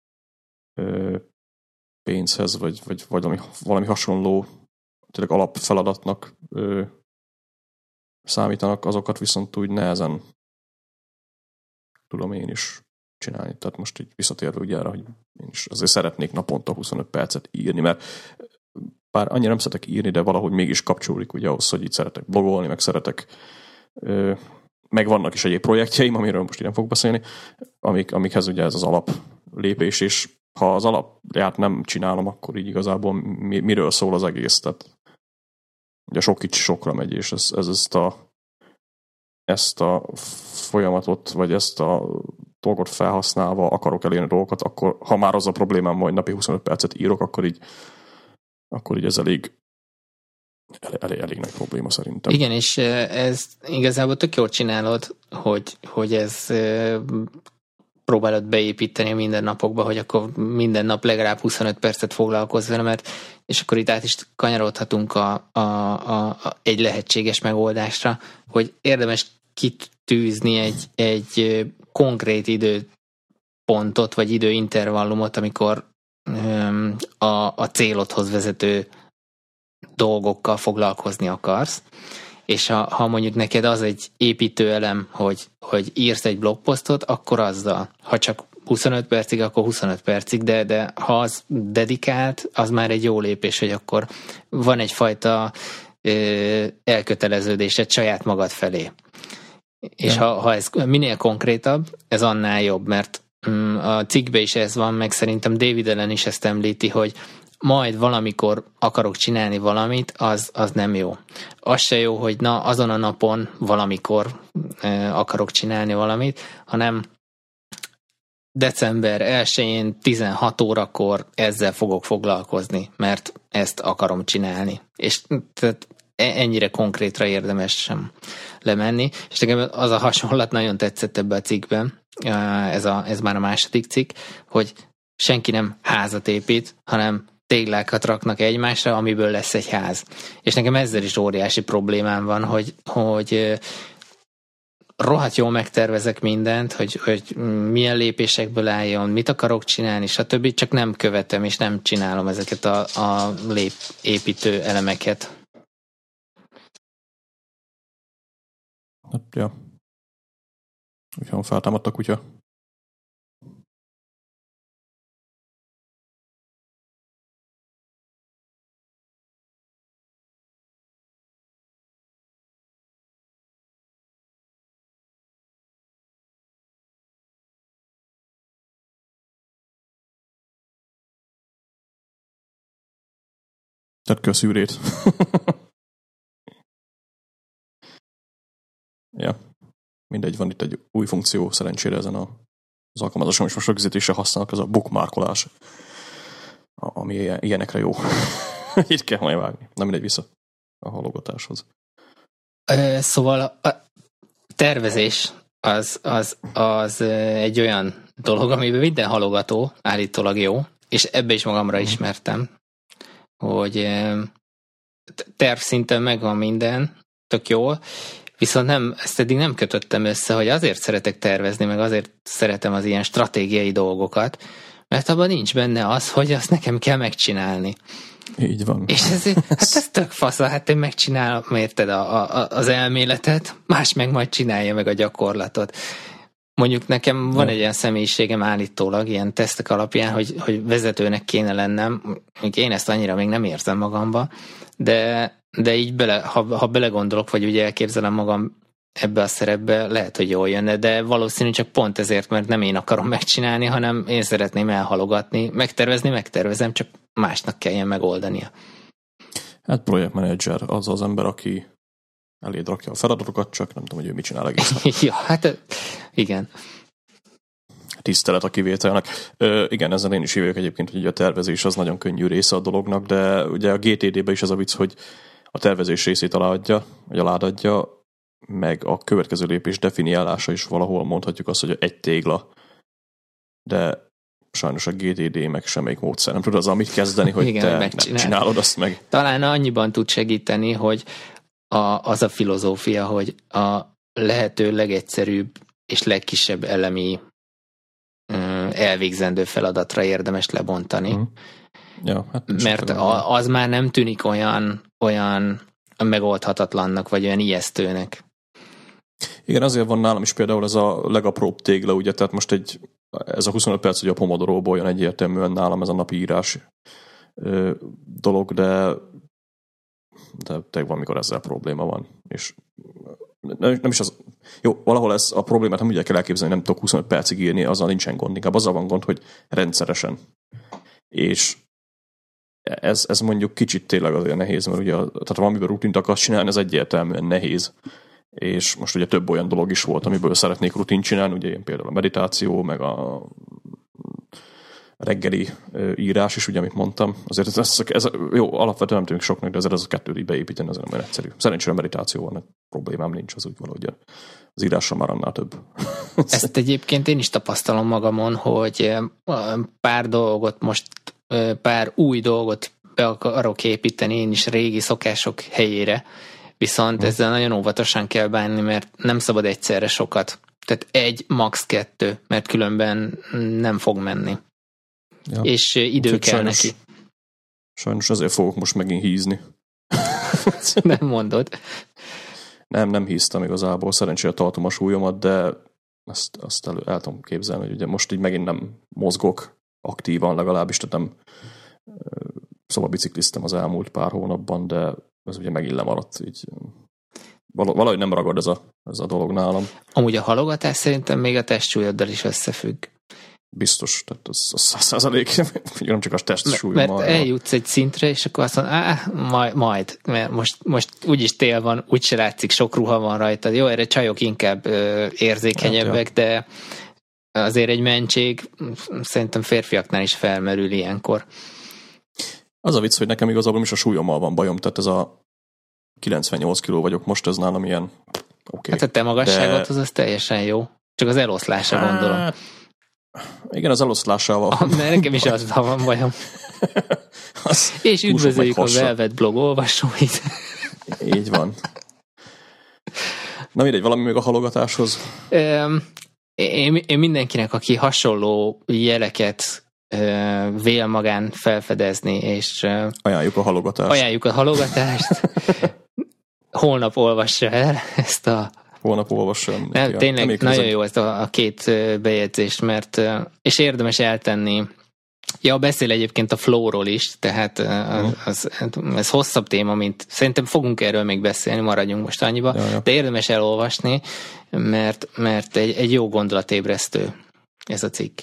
pénzhez, vagy valami hasonló tényleg alapfeladatnak számítanak, azokat viszont úgy nehezen tudom én is csinálni. Tehát most így visszatérve ugye arra, hogy én is azért szeretnék naponta 25 percet írni, mert bár annyira nem szeretek írni, de valahogy mégis kapcsolódik ugye ahhoz, hogy így szeretek blogolni, meg szeretek meg vannak is egyéb projektjeim, amiről most így nem fogok beszélni, amikhez ugye ez az alap lépés, és ha az alapját nem csinálom, akkor így igazából miről szól az egész, tehát ugye sok kicsi sokra megy, és ezt a folyamatot, vagy ezt a dolgot felhasználva akarok elérni dolgokat, akkor ha már az a problémám, hogy napi 25 percet írok, akkor így ez elég nagy probléma szerintem. Igen, és ez igazából tök jól csinálod, hogy ez próbálod beépíteni a mindennapokba, hogy akkor minden nap legalább 25 percet foglalkozz vele, mert és akkor itt át is kanyarodhatunk egy lehetséges megoldásra, hogy érdemes kitűzni egy konkrét időpontot, vagy időintervallumot, amikor a célodhoz vezető dolgokkal foglalkozni akarsz, és ha mondjuk neked az egy építő elem, hogy írsz egy blogposztot, akkor azzal. Ha csak 25 percig, akkor 25 percig, de ha az dedikált, az már egy jó lépés, hogy akkor van egyfajta elköteleződésed saját magad felé. És ha ez minél konkrétabb, ez annál jobb, mert a cikkben is ez van, meg szerintem David Allen is ezt említi, hogy majd valamikor akarok csinálni valamit, az nem jó. Az se jó, hogy na azon a napon valamikor akarok csinálni valamit, hanem december 1-én 16 órakor ezzel fogok foglalkozni, mert ezt akarom csinálni. És tehát ennyire konkrétra érdemes sem lemenni. És nekem az a hasonlat nagyon tetszett ebbe a cikkben, ez már a második cikk, hogy senki nem házat épít, hanem téglákat raknak egymásra, amiből lesz egy ház. És nekem ezzel is óriási problémám van, hogy rohadt jól megtervezek mindent, hogy milyen lépésekből álljon, mit akarok csinálni, stb. Csak nem követem, és nem csinálom ezeket a építő elemeket. Hát, ja. Ugyan feltámadt a kutya. Tedd ki a szűrét. Ja. Mindegy, van itt egy új funkció szerencsére ezen az alkalmazáson, és most rögzítésre használnak, ez a bookmarkolás, ami ilyenekre jó. Itt kell majd vágni. Nem mindegy, vissza a halogatáshoz. Szóval a tervezés az egy olyan dolog, amiben minden halogató állítólag jó, és ebbe is magamra ismertem, hogy tervszinten megvan minden, tök jól, viszont ezt eddig nem kötöttem össze, hogy azért szeretek tervezni, meg azért szeretem az ilyen stratégiai dolgokat, mert abban nincs benne az, hogy azt nekem kell megcsinálni. Így van. És ez tök fasz, hát én megcsinálom, érted, az elméletet, más meg majd csinálja meg a gyakorlatot. Mondjuk nekem van egy ilyen személyiségem állítólag, ilyen tesztek alapján, hogy vezetőnek kéne lennem, én ezt annyira még nem érzem magamba, de így ha belegondolok, vagy ugye elképzelem magam ebbe a szerepbe lehet, hogy jól jönne, de valószínű csak pont ezért, mert nem én akarom megcsinálni, hanem én szeretném elhalogatni. Megtervezem, csak másnak kelljen megoldania. Hát projektmenedzser az az ember, aki eléd rakja a feladatokat, csak nem tudom, hogy ő mit csinál egész. Ja, hát igen. Tisztelet a kivételnek. Igen, ezen én is hívjuk egyébként, hogy a tervezés az nagyon könnyű része a dolognak, de ugye a GTD-ben is ez a vicc, hogy a tervezés részét aládadja, meg a következő lépés definiálása is valahol mondhatjuk azt, hogy egy tégla. De sajnos a GTD meg semmelyik módszer nem tud az, amit kezdeni, hogy igen, te nem csinálod azt meg. Talán annyiban tud segíteni, hogy az a filozófia, hogy a lehető legegyszerűbb és legkisebb elemi elvégzendő feladatra érdemes lebontani. Ja, hát mert az már nem tűnik olyan megoldhatatlannak, vagy olyan ijesztőnek. Igen, azért van nálam is például ez a legapróbb tégla, ugye, tehát most ez a 25 perc, ugye a Pomodoróból jön egyértelműen nálam ez a napi írás dolog, de tényleg van, amikor ezzel probléma van. És nem is az... Jó, valahol ez a problémát nem úgy kell elképzelni, nem tudok 25 percig írni, azzal nincsen gond. Inkább azzal van gond, hogy rendszeresen. És ez mondjuk kicsit tényleg azért nehéz, mert ugye tehát valamiben rutint akarsz csinálni, ez egyértelműen nehéz. És most ugye több olyan dolog is volt, amiből szeretnék rutint csinálni, ugye ilyen például a meditáció, meg a reggeli írás is, ugye, amit mondtam. Azért ez jó, alapvetően nem tűnik soknak, de azért ez a kettőt így beépíteni, azért nem egyszerű. Szerencsére meditáció van, problémám nincs, az úgy valahogy az írással már annál több. Ezt egyébként én is tapasztalom magamon, hogy pár új dolgot be akarok építeni, én is régi szokások helyére, viszont ezzel nagyon óvatosan kell bánni, mert nem szabad egyszerre sokat. Tehát max. 2, mert különben nem fog menni. Ja. És idő kell neki. Sajnos ezért fogok most megint hízni. Nem mondod. Nem híztam igazából, szerencsére tartom a súlyomat, de azt el tudom képzelni, hogy ugye most így megint nem mozgok aktívan legalábbis, tehát nem szóval bicikliztem az elmúlt pár hónapban, de ez ugye megint lemaradt, így valahogy nem ragad ez a dolog nálam. Amúgy a halogatás szerintem még a testsúlyoddal is összefügg. Biztos, tehát az 100%, nem csak a testsúlyom. Mert eljutsz egy szintre, és akkor azt mondod, majd, mert most úgyis tél van, úgyse látszik, sok ruha van rajtad. Jó, erre csajok inkább érzékenyebbek, hát, de azért egy mentség szerintem férfiaknál is felmerül ilyenkor. Az a vicc, hogy nekem igazából is a súlyommal van bajom, tehát ez a 98 kiló vagyok most, ez nálam ilyen oké. Hát a te magasságot az teljesen jó. Csak az eloszlása gondolom. Igen, az eloszlásával. Mert nekem is az van bajom. És üdvözöljük a Velvet blog olvasóit. Így van. Na mindegy, valami még a halogatáshoz? Én mindenkinek, aki hasonló jeleket vél magán felfedezni, és ajánljuk a halogatást. Holnap olvassa el ezt a Holnap olvassam. Tényleg nagyon jó ez a két bejegyzés, mert és érdemes eltenni. Ja, beszél egyébként a flow-ról is, tehát ez hosszabb téma, mint szerintem fogunk erről még beszélni, maradjunk most annyiba, de érdemes elolvasni, mert egy jó gondolatébresztő ez a cikk.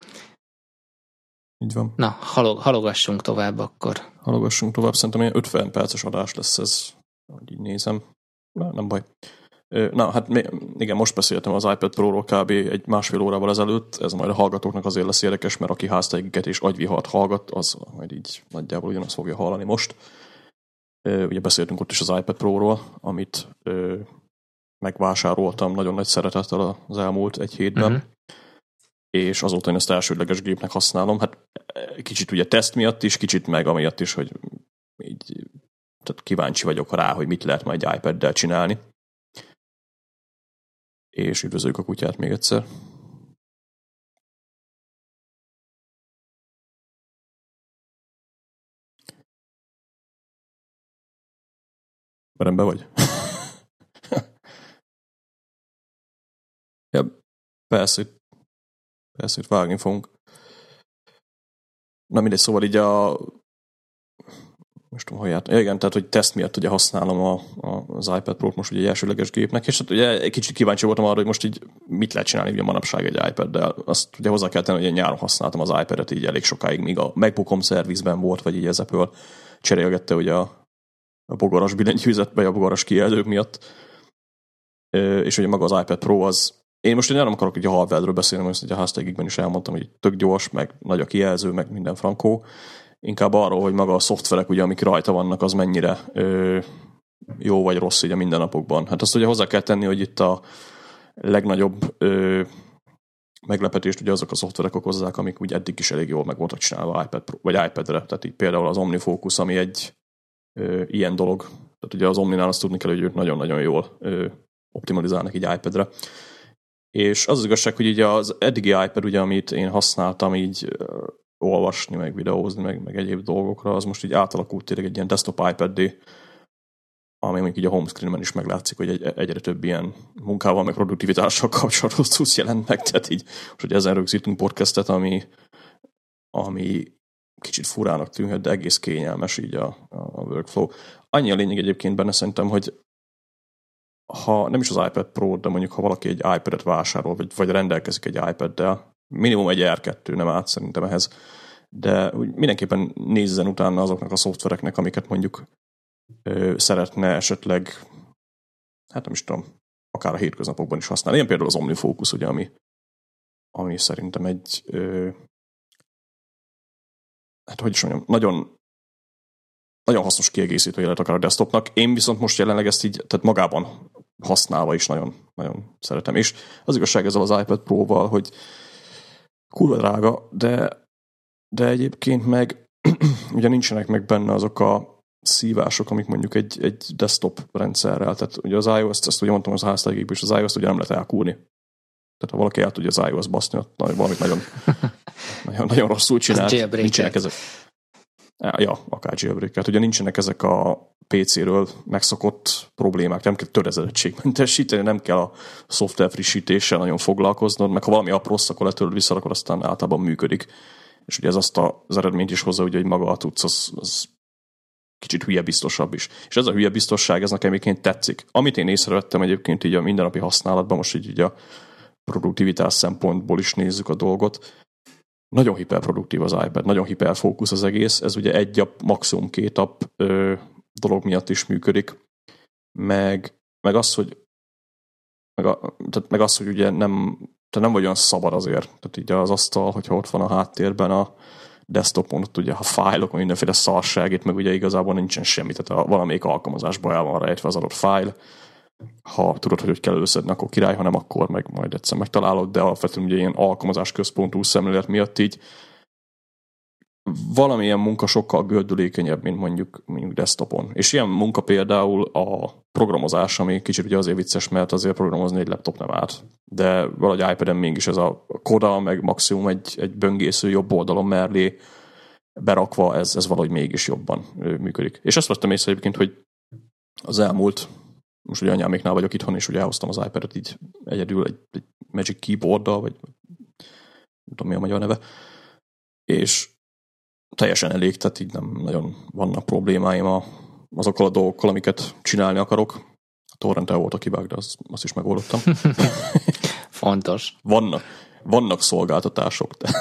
Így van. Na, halogassunk tovább akkor. Halogassunk tovább, szerintem ilyen 50 perces adás lesz ez, hogy így nézem. Nem baj. Na, hát igen, most beszéltem az iPad Pro-ról kb. Egy másfél órával ezelőtt, ez majd a hallgatóknak azért lesz érdekes, mert aki háztáiget és agyvihart hallgat, az majd így nagyjából ugyanazt fogja hallani most. Ugye beszéltünk ott is az iPad Pro-ról, amit megvásároltam nagyon nagy szeretettel az elmúlt egy hétben, és azóta én ezt elsődleges gépnek használom. Hát kicsit ugye teszt miatt is, kicsit meg amiatt is, hogy így, tehát kíváncsi vagyok rá, hogy mit lehet majd egy iPad-del csinálni. És üdvözöljük a kutyát még egyszer. Rendben vagy? Ja, persze, itt vágni fogunk. Na mindegy, szóval így most tudom, hogy igen, tehát hogy teszt miatt ugye használom az iPad Pro-t most ugye egy elsőleges gépnek, és hát ugye egy kicsit kíváncsi voltam arra, hogy most így mit lehet csinálni ugye manapság egy iPad-del. Azt ugye hozzá kell tenni, hogy én nyáron használtam az iPad-et így elég sokáig, míg a MacBookom szervizben volt, vagy így az Apple cserélgette ugye a bogaras billentyűzet, vagy a bogaras kijelzők miatt. És ugye maga az iPad Pro az, én most nem akarok ugye a hardware-ről beszélni, mert a háztáigikben is elmondtam, hogy tök gyors, meg nagy a kijelző, meg minden frankó. Inkább arról, hogy maga a szoftverek, ugye, amik rajta vannak, az mennyire jó vagy rossz így a mindennapokban. Hát azt ugye hozzá kell tenni, hogy itt a legnagyobb meglepetést ugye azok a szoftverek okozzák, amik úgy eddig is elég jól meg voltak csinálva iPad Pro, vagy iPad-re. Tehát így például az OmniFocus, ami egy ilyen dolog. Tehát ugye az Omninál azt tudni kell, hogy ők nagyon-nagyon jól optimalizálnak így iPad-re. És az igazság, hogy így az eddigi iPad, ugye, amit én használtam így olvasni, meg videózni, meg egyéb dolgokra, az most így átalakult tényleg egy ilyen desktop iPad-dé, ami mondjuk így a homescreen-ben is meglátszik, hogy egyre több ilyen munkával, meg produktivitással kapcsolatos cucc jelent meg, tehát így most, hogy ezen rögzítünk podcastet, ami kicsit furának tűnhet, de egész kényelmes így a workflow. Annyi a lényeg egyébként benne szerintem, hogy ha nem is az iPad Pro, de mondjuk ha valaki egy iPad-et vásárol, vagy rendelkezik egy iPad-del, minimum egy R2 nem áll szerintem ehhez, de mindenképpen nézzen utána azoknak a szoftvereknek, amiket mondjuk szeretne esetleg, hát nem is tudom, akár a hétköznapokban is használni. Ilyen például az OmniFocus, ugye, ami szerintem egy hát hogy is mondjam, nagyon, nagyon hasznos kiegészítője lehet akár a desktopnak. Én viszont most jelenleg ezt így, tehát magában használva is nagyon, nagyon szeretem. És az igazság ezzel az iPad Pro-val, hogy kurva drága, de egyébként meg ugye nincsenek meg benne azok a szívások, amik mondjuk egy desktop rendszerrel. Tehát ugye az iOS-t, ezt ugye mondtam az háztáigékben, és az iOS-t ugye nem lehet elkúrni. Tehát ha valaki el tudja az iOS baszni, ott valamit nagyon, nagyon, nagyon rosszul csinált. Nincsenek ezek. Ja, akár jailbreak. Hát ugye nincsenek ezek a PC-ről megszokott problémák, nem kell töredezettségmentesíteni, nem kell a szoftver frissítéssel nagyon foglalkoznod, meg ha valami aprósz, akkor letöröd vissza, akkor aztán általában működik. És ugye ez azt az eredményt is hozza, ugye, hogy maga a tudsz, az kicsit hülye biztosabb is. És ez a hülye biztosság, ez nekem egyébként tetszik. Amit én észrevettem egyébként így a mindennapi használatban, most így a produktivitás szempontból is nézzük a dolgot, nagyon hiperproduktív az iPad, nagyon hiperfókusz az egész, ez ugye egy app, maximum 2 app dolog miatt is működik, meg az, hogy meg az, hogy ugye nem vagy olyan szabad azért. Tehát így az asztal, hogyha ott van a háttérben a desktopon, ott ugye a fájlok, mindenféle szarságét, meg ugye igazából nincsen semmi, tehát valamelyik alkalmazásban el van rejtve az adott fájl. Ha tudod, hogy kell előszedni, akkor király, ha nem, akkor meg majd egyszer megtalálod, de alapvetően ugye ilyen alkalmazás központú szemlélet miatt így valamilyen munka sokkal gördülékenyebb, mint mondjuk desktopon. És ilyen munka például a programozás, ami kicsit ugye azért vicces, mert azért programozni egy laptop nem árt. De valahogy iPad-en mégis ez a koda, meg maximum egy böngésző jobb oldalon mellé berakva, ez valahogy mégis jobban működik. És azt vettem észre egyébként, hogy az elmúlt, most ugye anyáméknál vagyok itthon, és ugye elhoztam az iPad-et így egyedül egy Magic Keyboard-dal, vagy nem tudom mi a magyar neve, és teljesen elég, tehát így nem nagyon vannak problémáim azokkal a dolgokkal, amiket csinálni akarok. A torrent-el volt a kivág, de azt is megoldottam. Fontos. Vannak szolgáltatások, de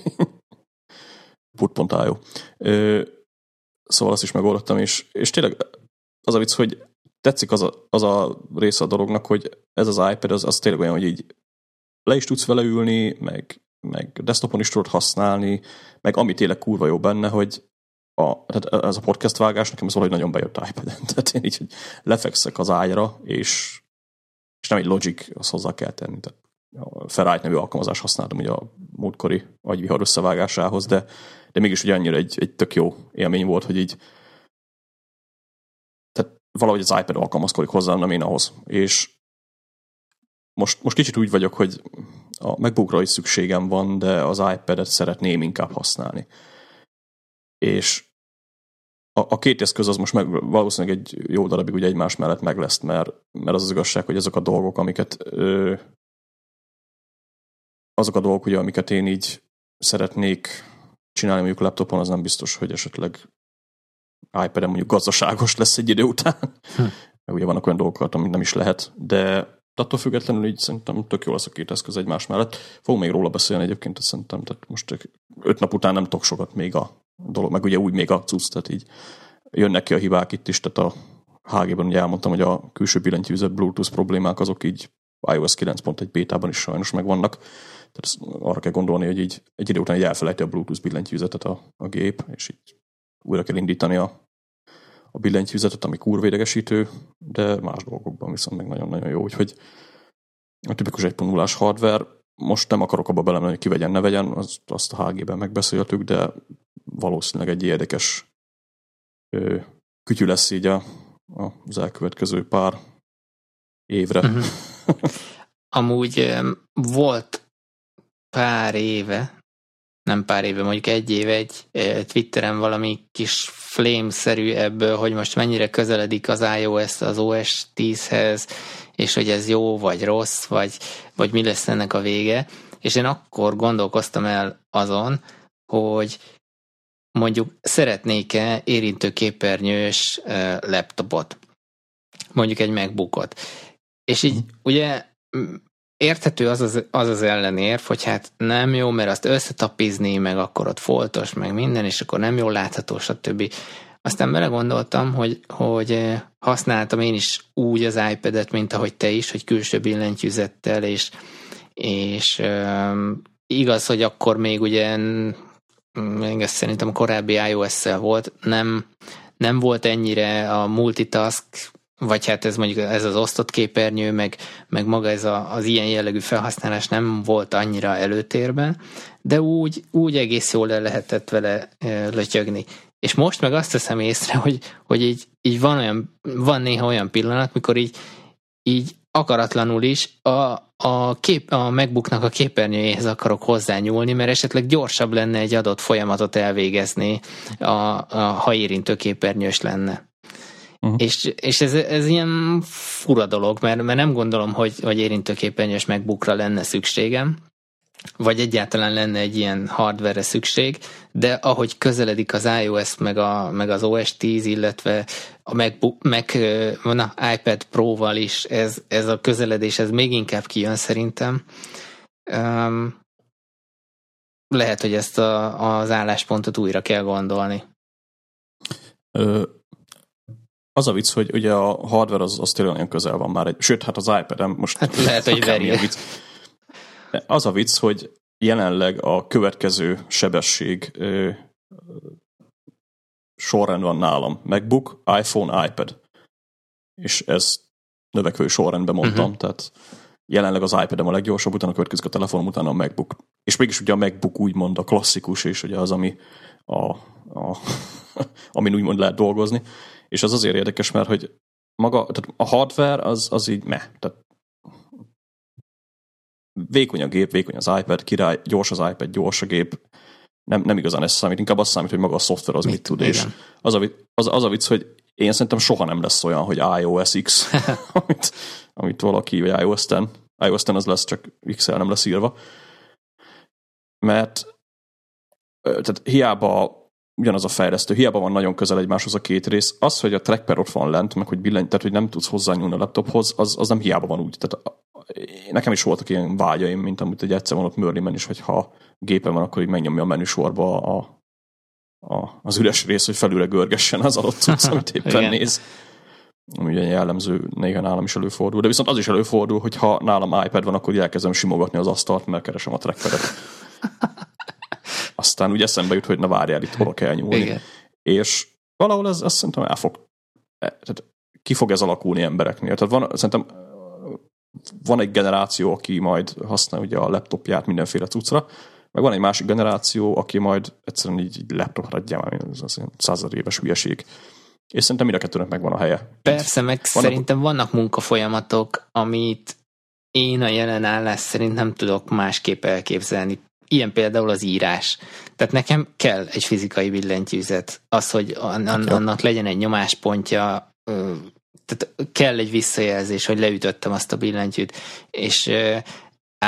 put.io. Szóval azt is megoldottam, és tényleg az a vicc, hogy tetszik az a része a dolognak, hogy ez az iPad, az tényleg olyan, hogy így le is tudsz vele ülni, meg desktopon is tudod használni, meg ami tényleg kurva jó benne, hogy tehát ez a podcast vágás nekem ez valahogy nagyon bejött iPad-en. Tehát én így, hogy lefekszek az ágyra, és nem egy Logic, azt hozzá kell tenni. Tehát a Ferrite nevű alkalmazást használtam ugye a múltkori agyvihar összevágásához, de mégis ugye annyira egy tök jó élmény volt, hogy így tehát valahogy az iPad alkalmazkodik hozzá, nem én ahhoz. És most kicsit úgy vagyok, hogy a MacBookra is szükségem van, de az iPad-et szeretném inkább használni. És a két eszköz az most valószínűleg egy jó darabig ugye egymás mellett meg lesz, mert az igazság, hogy azok a dolgok, ugye, amiket én így szeretnék csinálni mondjuk laptopon, az nem biztos, hogy esetleg iPad-en mondjuk gazdaságos lesz egy idő után. Ugye vannak olyan dolgokat, amit nem is lehet, de attól függetlenül így szerintem tök jó lesz a két eszköz egymás mellett. Fogunk még róla beszélni egyébként, szerintem, tehát most 5 nap után nem tudok sokat még a dolog, meg ugye úgy még a cucc, tehát így jönnek ki a hibák itt is, tehát a HG-ben ugye elmondtam, hogy a külső billentyűzet Bluetooth problémák azok így iOS 9.1 bétában is sajnos megvannak. Tehát arra kell gondolni, hogy így egy idő után így elfelejti a Bluetooth billentyűzetet a gép, és így újra kell indítani a billentyűzetet, ami kurvédegesítő, de más dolgokban viszont meg nagyon-nagyon jó, úgyhogy a tipikus 1.0-ás hardware, most nem akarok abba belemenni, hogy ki vegyen, ne vegyen, azt a HG-ben megbeszéltük, de valószínűleg egy érdekes kütyű lesz így az elkövetkező pár évre. Uh-huh. Amúgy volt mondjuk egy éve egy Twitteren valami kis flame-szerű ebből, hogy most mennyire közeledik az iOS az OS 10-hez, és hogy ez jó, vagy rossz, vagy mi lesz ennek a vége. És én akkor gondolkoztam el azon, hogy mondjuk szeretnék-e érintőképernyős laptopot, mondjuk egy MacBookot. És így ugye érthető az ellenérv, hogy hát nem jó, mert azt összetapizni, meg akkor ott foltos, meg minden, és akkor nem jól látható, stb. Aztán belegondoltam, hogy használtam én is úgy az iPad-et, mint ahogy te is, hogy külső billentyűzettel, és igaz, hogy akkor még ugye még ezt szerintem a korábbi iOS-szel volt, nem volt ennyire a multitask, vagy hát ez mondjuk ez az osztott képernyő, meg maga ez az ilyen jellegű felhasználás nem volt annyira előtérben, de úgy egész jól le lehetett vele lötyögni. És most meg azt teszem észre, hogy így van néha olyan pillanat, mikor így akaratlanul is a MacBooknak a képernyőjéhez akarok hozzányúlni, mert esetleg gyorsabb lenne egy adott folyamatot elvégezni, ha érintőképernyős lenne. Uh-huh. És ez ilyen fura dolog, mert nem gondolom, hogy érintőképernyős MacBookra lenne szükségem, vagy egyáltalán lenne egy ilyen hardware-re szükség, de ahogy közeledik az iOS meg az OS 10, illetve a iPad Pro-val is ez a közeledés, ez még inkább kijön szerintem. Lehet, hogy ezt az álláspontot újra kell gondolni. Az a vicc, hogy ugye a hardware az tényleg nagyon közel van már. Sőt, hát az iPad-en most... Hát lehet, hogy veri. Az a vicc, hogy jelenleg a következő sebesség sorrend van nálam. MacBook, iPhone, iPad. És ez növekvő sorrendben mondtam, tehát jelenleg az iPad-em a leggyorsabb, utána következik a telefonom, utána a MacBook. És mégis ugye a MacBook úgymond a klasszikus, és ugye az, ami amin úgymond lehet dolgozni. És az azért érdekes, mert hogy maga, tehát a hardware az így tehát vékony a gép, vékony az iPad, király, gyors az iPad, gyors a gép, nem igazán ez számít, inkább az számít, hogy maga a szoftver az mit tud, és az a vicc, hogy én szerintem soha nem lesz olyan, hogy iOS X, amit valaki, vagy iOS 10, iOS 10 az lesz, csak XL nem lesz írva, mert tehát hiába ugyanaz a fejlesztő, hiába van nagyon közel egymáshoz a két rész, az, hogy a trackpad ott van lent, meg hogy tehát hogy nem tudsz hozzányúlni a laptophoz, az nem hiába van úgy. Tehát nekem is voltak ilyen vágyaim, mint amit egy egyszer van ott Merlinben is, hogy ha gépen van, akkor így megnyomja a menüsorba az üres rész, hogy felülre görgessen az adott cucc, amit éppen néz. Ami ugye jellemző, néha nálam is előfordul. De viszont az is előfordul, hogy ha nálam iPad van, akkor elkezdem simogatni az asztalt, mert keresem a trackpadet. Aztán úgy eszembe jut, hogy na várjál, itt hol kell nyúlni. Igen. És valahol ez szerintem tehát ki fog ez alakulni embereknél. Tehát szerintem van egy generáció, aki majd használja ugye a laptopját mindenféle cuccra, meg van egy másik generáció, aki majd egyszerűen így laptopra adja, az 100 éves hülyeség. És szerintem mind a kettőnek megvan a helye. Persze, meg szerintem vannak munkafolyamatok, amit én a jelen állás szerint nem tudok másképp elképzelni. Ilyen például az írás. Tehát nekem kell egy fizikai billentyűzet. Az, hogy annak legyen egy nyomáspontja, tehát kell egy visszajelzés, hogy leütöttem azt a billentyűt. És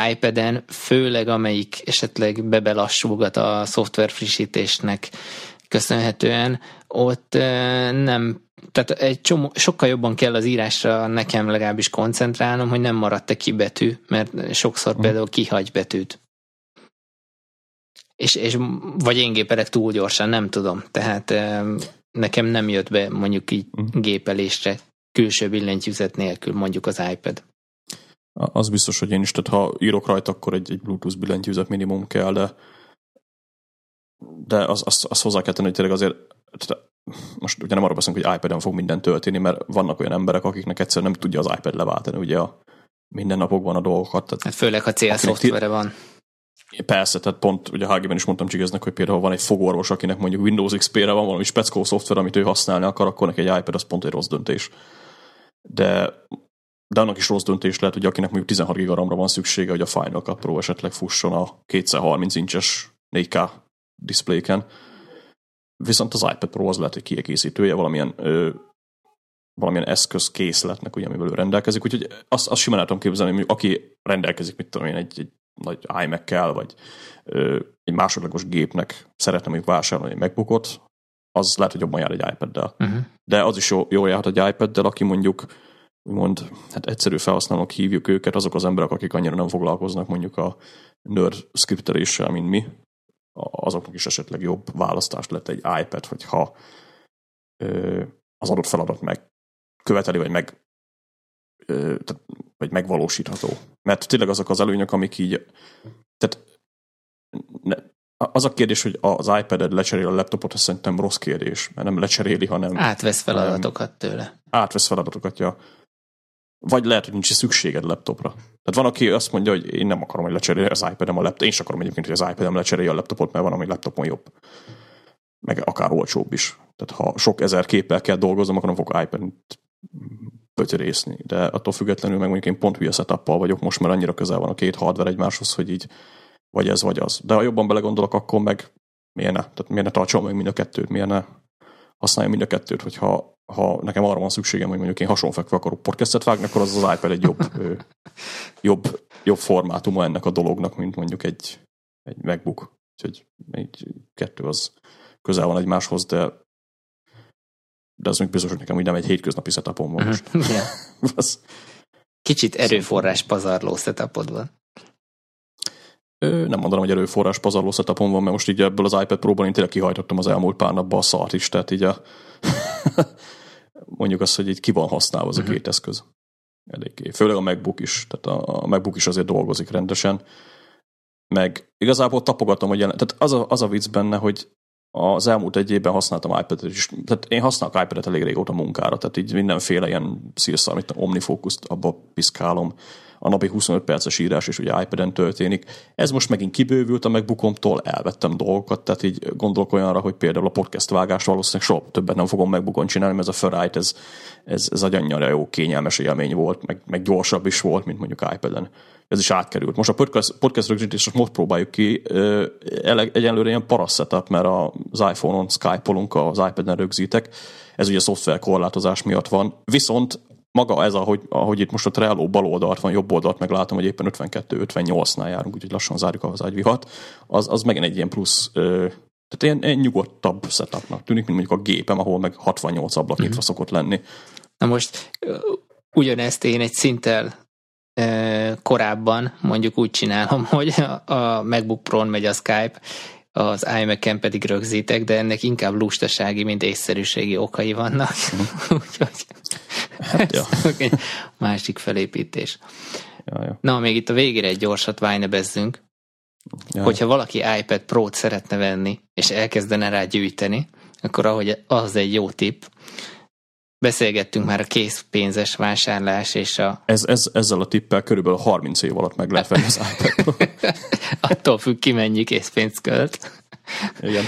iPad-en főleg amelyik esetleg bebelassulgat a szoftver frissítésnek köszönhetően ott nem, tehát sokkal jobban kell az írásra nekem legalábbis koncentrálnom, hogy nem maradt-e ki betű, mert sokszor például kihagy betűt. És vagy én gépelek túl gyorsan, nem tudom. Tehát nekem nem jött be mondjuk így gépelésre külső billentyűzet nélkül, mondjuk az iPad. Az biztos, hogy én is, tehát ha írok rajta, akkor egy Bluetooth billentyűzet minimum kell, de azt hozzá kell tenni, hogy tényleg azért most ugye nem arra beszélünk, hogy iPad-en fog minden történni, mert vannak olyan emberek, akiknek egyszerűen nem tudja az iPad leváltani ugye a mindennapokban a dolgokat. Tehát hát főleg, ha CL szoftvere van. Persze, tehát pont ugye HG-ben is mondtam Csigeznek, hogy például van egy fogorvos, akinek mondjuk Windows XP-re van valami speckó szoftver, amit ő használni akar, akkor neki egy iPad az pont egy rossz döntés. De annak is rossz döntés lehet, hogy akinek mondjuk 16 GB RAM-ra van szüksége, hogy a Final Cut Pro esetleg fusson a 2x30 incses 4K diszpléken. Viszont az iPad Pro az lehet egy kiegészítője valamilyen eszközkészletnek, ugye, amivel ő rendelkezik. Úgyhogy azt simán el tudom képzelni, hogy aki rendelkezik, mit tudom én, egy nagy iMac-kel, vagy egy másodlagos gépnek szeretne mondjuk vásárolni egy MacBookot, az lehet, hogy jobban jár egy iPad-del. De az is jól járhat egy iPad-del, aki mondjuk úgymond, hát egyszerű felhasználók hívjuk őket, azok az emberek, akik annyira nem foglalkoznak mondjuk a nerd scripteléssel, mint mi, azoknak is esetleg jobb választást lett egy iPad, hogyha az adott feladat megköveteli, vagy megvalósítható. Mert tényleg azok az előnyök, amik így... Tehát az a kérdés, hogy az iPad-ed lecserél a laptopot, ez szerintem rossz kérdés, mert nem lecseréli, hanem... Átvesz feladatokat tőle. Átvesz feladatokat, ja. Vagy lehet, hogy nincs szükséged laptopra. Tehát van, aki azt mondja, hogy én nem akarom, hogy lecserélje az iPad-em a laptop. Én sem akarom egyébként, hogy az iPad-em lecserélje a laptopot, mert van, ami laptopon jobb. Meg akár olcsóbb is. Tehát ha sok ezer képpel kell dolgoznom, akkor nem fogok iPad-t pötyörészni. De attól függetlenül meg mondjuk én pont hülye setuppal vagyok most, mert annyira közel van a két hardware egymáshoz, hogy így vagy ez, vagy az. De ha jobban belegondolok, akkor meg miért ne? Tehát miért ne tartsam meg mind a kettőt? Miért ne használjam mind a kettőt, hogyha nekem arra van szükségem, hogy mondjuk én hasonfekve akarok podcastet vágni, akkor az iPad egy jobb formátumú ennek a dolognak, mint mondjuk egy MacBook. Úgyhogy egy kettő az közel van egymáshoz, de az még biztos, hogy nekem úgy nem egy hétköznapi setupom van most. Kicsit erőforrás pazarló setupod van. Nem mondanám, hogy erőforrás pazarló setupom van, mert most így ebből az iPad Pro-ban én tényleg kihajtottam az elmúlt pár napban a szart is, tehát így mondjuk azt, hogy így ki van használva az a két eszköz. Eléggé. Főleg a MacBook is, tehát a MacBook is azért dolgozik rendesen. Meg igazából tapogatom, hogy tehát az a vicc benne, hogy az elmúlt egy évben használtam iPad-et is. Tehát én használok iPad-et elég régóta munkára, tehát így mindenféle ilyen szírszar, mint OmniFocus-t abba piszkálom. A napi 25 perces írás is ugye iPad-en történik. Ez most megint kibővült a MacBookomtól, elvettem dolgokat, tehát így gondolok olyanra, hogy például a podcast vágást valószínűleg soha többet nem fogom MacBookon csinálni, mert ez a Ferrite, ez egy annyira jó kényelmes élmény volt, meg gyorsabb is volt, mint mondjuk iPad-en. Ez is átkerült. Most a podcast rögzítést most próbáljuk ki, egyenlőre ilyen paraszt setup, mert az iPhone-on Skype-olunk, az iPad-en rögzítek. Ez ugye szoftver korlátozás miatt van. Viszont maga ez, ahogy itt most a Trello bal oldalt van, jobb oldalt meglátom, hogy éppen 52-58-nál járunk, úgyhogy lassan zárjuk az ágyvihat, az megint egy ilyen plusz, tehát ilyen nyugodtabb setupnak tűnik, mint mondjuk a gépem, ahol meg 68 ablak nyitva szokott lenni. Na most ugyanezt én egy szinttel korábban mondjuk úgy csinálom, hogy a MacBook Pro-n megy a Skype, az iMac-en pedig rögzítek, de ennek inkább lustasági, mint észszerűségi okai vannak. Úgyhogy hát, ja. másik felépítés. Ja. Na, még itt a végére egy gyorsat vájnebezzünk. Ja. Hogyha valaki iPad Pro-t szeretne venni, és elkezdene rá gyűjteni, akkor az egy jó tipp. Beszélgettünk már a készpénzes vásárlás és ezzel a tippel körülbelül 30 év alatt meg lehet venni az iPad-ról. Attól függ, ki mennyi készpénzt költ. Igen.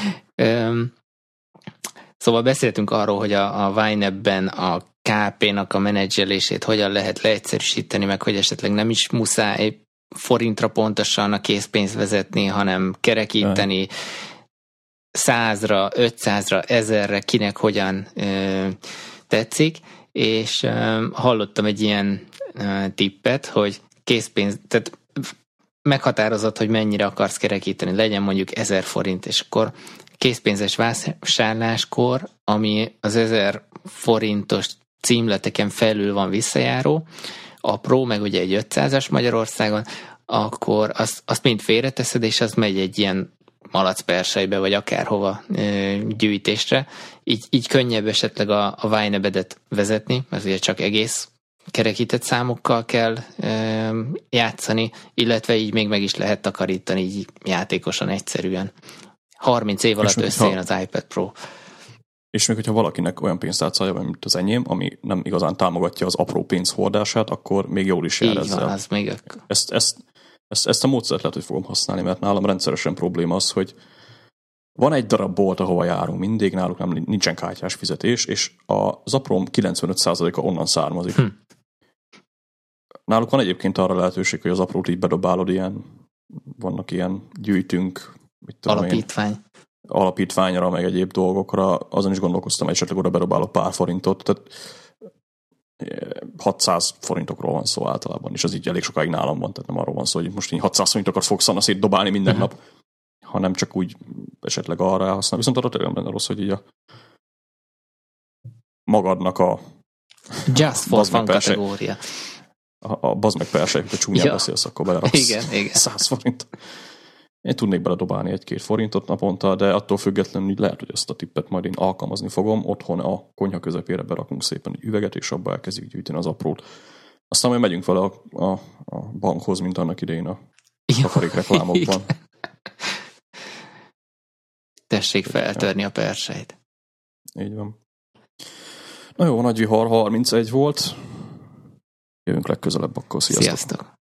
Szóval beszéltünk arról, hogy a Winebben a KP-nak a menedzselését hogyan lehet leegyszerűsíteni, meg hogy esetleg nem is muszáj forintra pontosan a készpénzt vezetni, hanem kerekíteni 100-ra, 500-ra, 1000-re, kinek hogyan tetszik, és hallottam egy ilyen tippet, hogy készpénz, tehát meghatározod, hogy mennyire akarsz kerekíteni, legyen mondjuk 1000 forint, és akkor készpénzes vásárláskor, ami az 1000 forintos címleteken felül van visszajáró, a Pro meg ugye egy 500-as Magyarországon, akkor azt mind félreteszed, és az megy egy ilyen malacperselybe, vagy akárhova gyűjtésre. Így könnyebb esetleg a Winebedet vezetni, mert ugye csak egész kerekített számokkal kell játszani, illetve így még meg is lehet takarítani így játékosan egyszerűen. 30 év alatt összejön az iPad Pro. És még hogyha valakinek olyan pénztárcája van, mint az enyém, ami nem igazán támogatja az apró pénzhordását, akkor még jól is jár így ezzel. Van, az még... Ezt a módszert lehet, hogy fogom használni, mert nálam rendszeresen probléma az, hogy van egy darab bolt, ahova járunk mindig, náluk nincsen kártyás fizetés, és az apróm 95%-a onnan származik. Náluk van egyébként arra lehetőség, hogy az aprót így bedobálod, vannak ilyen gyűjtünk, alapítványra, meg egyéb dolgokra, azon is gondolkoztam, hogy esetleg oda bedobálok pár forintot, tehát 600 forintokról van szó általában, és az így elég sokáig nálam van, tehát nem arról van szó, hogy most így 600 forintokat fogsz szétdobálni minden nap, hanem csak úgy esetleg arra elhasznál. Viszont arra tényleg lenne rossz, hogy így a magadnak a Just for fun kategória. A bazd meg persely, hogy a csúnyán beszélsz, akkor beleraksz igen. 100 forint. Én tudnék beledobálni 1-2 forintot naponta, de attól függetlenül lehet, hogy ezt a tippet majd én alkalmazni fogom. Otthon a konyha közepére berakunk szépen egy üveget, és abba elkezdjük gyűjteni az aprót. Aztán majd megyünk vele a bankhoz, mint annak idején a takarék reklámokban. Tessék feltörni a persejt. Így van. Na jó, nagy vihar 31 volt. Jövünk legközelebb, akkor sziasztok.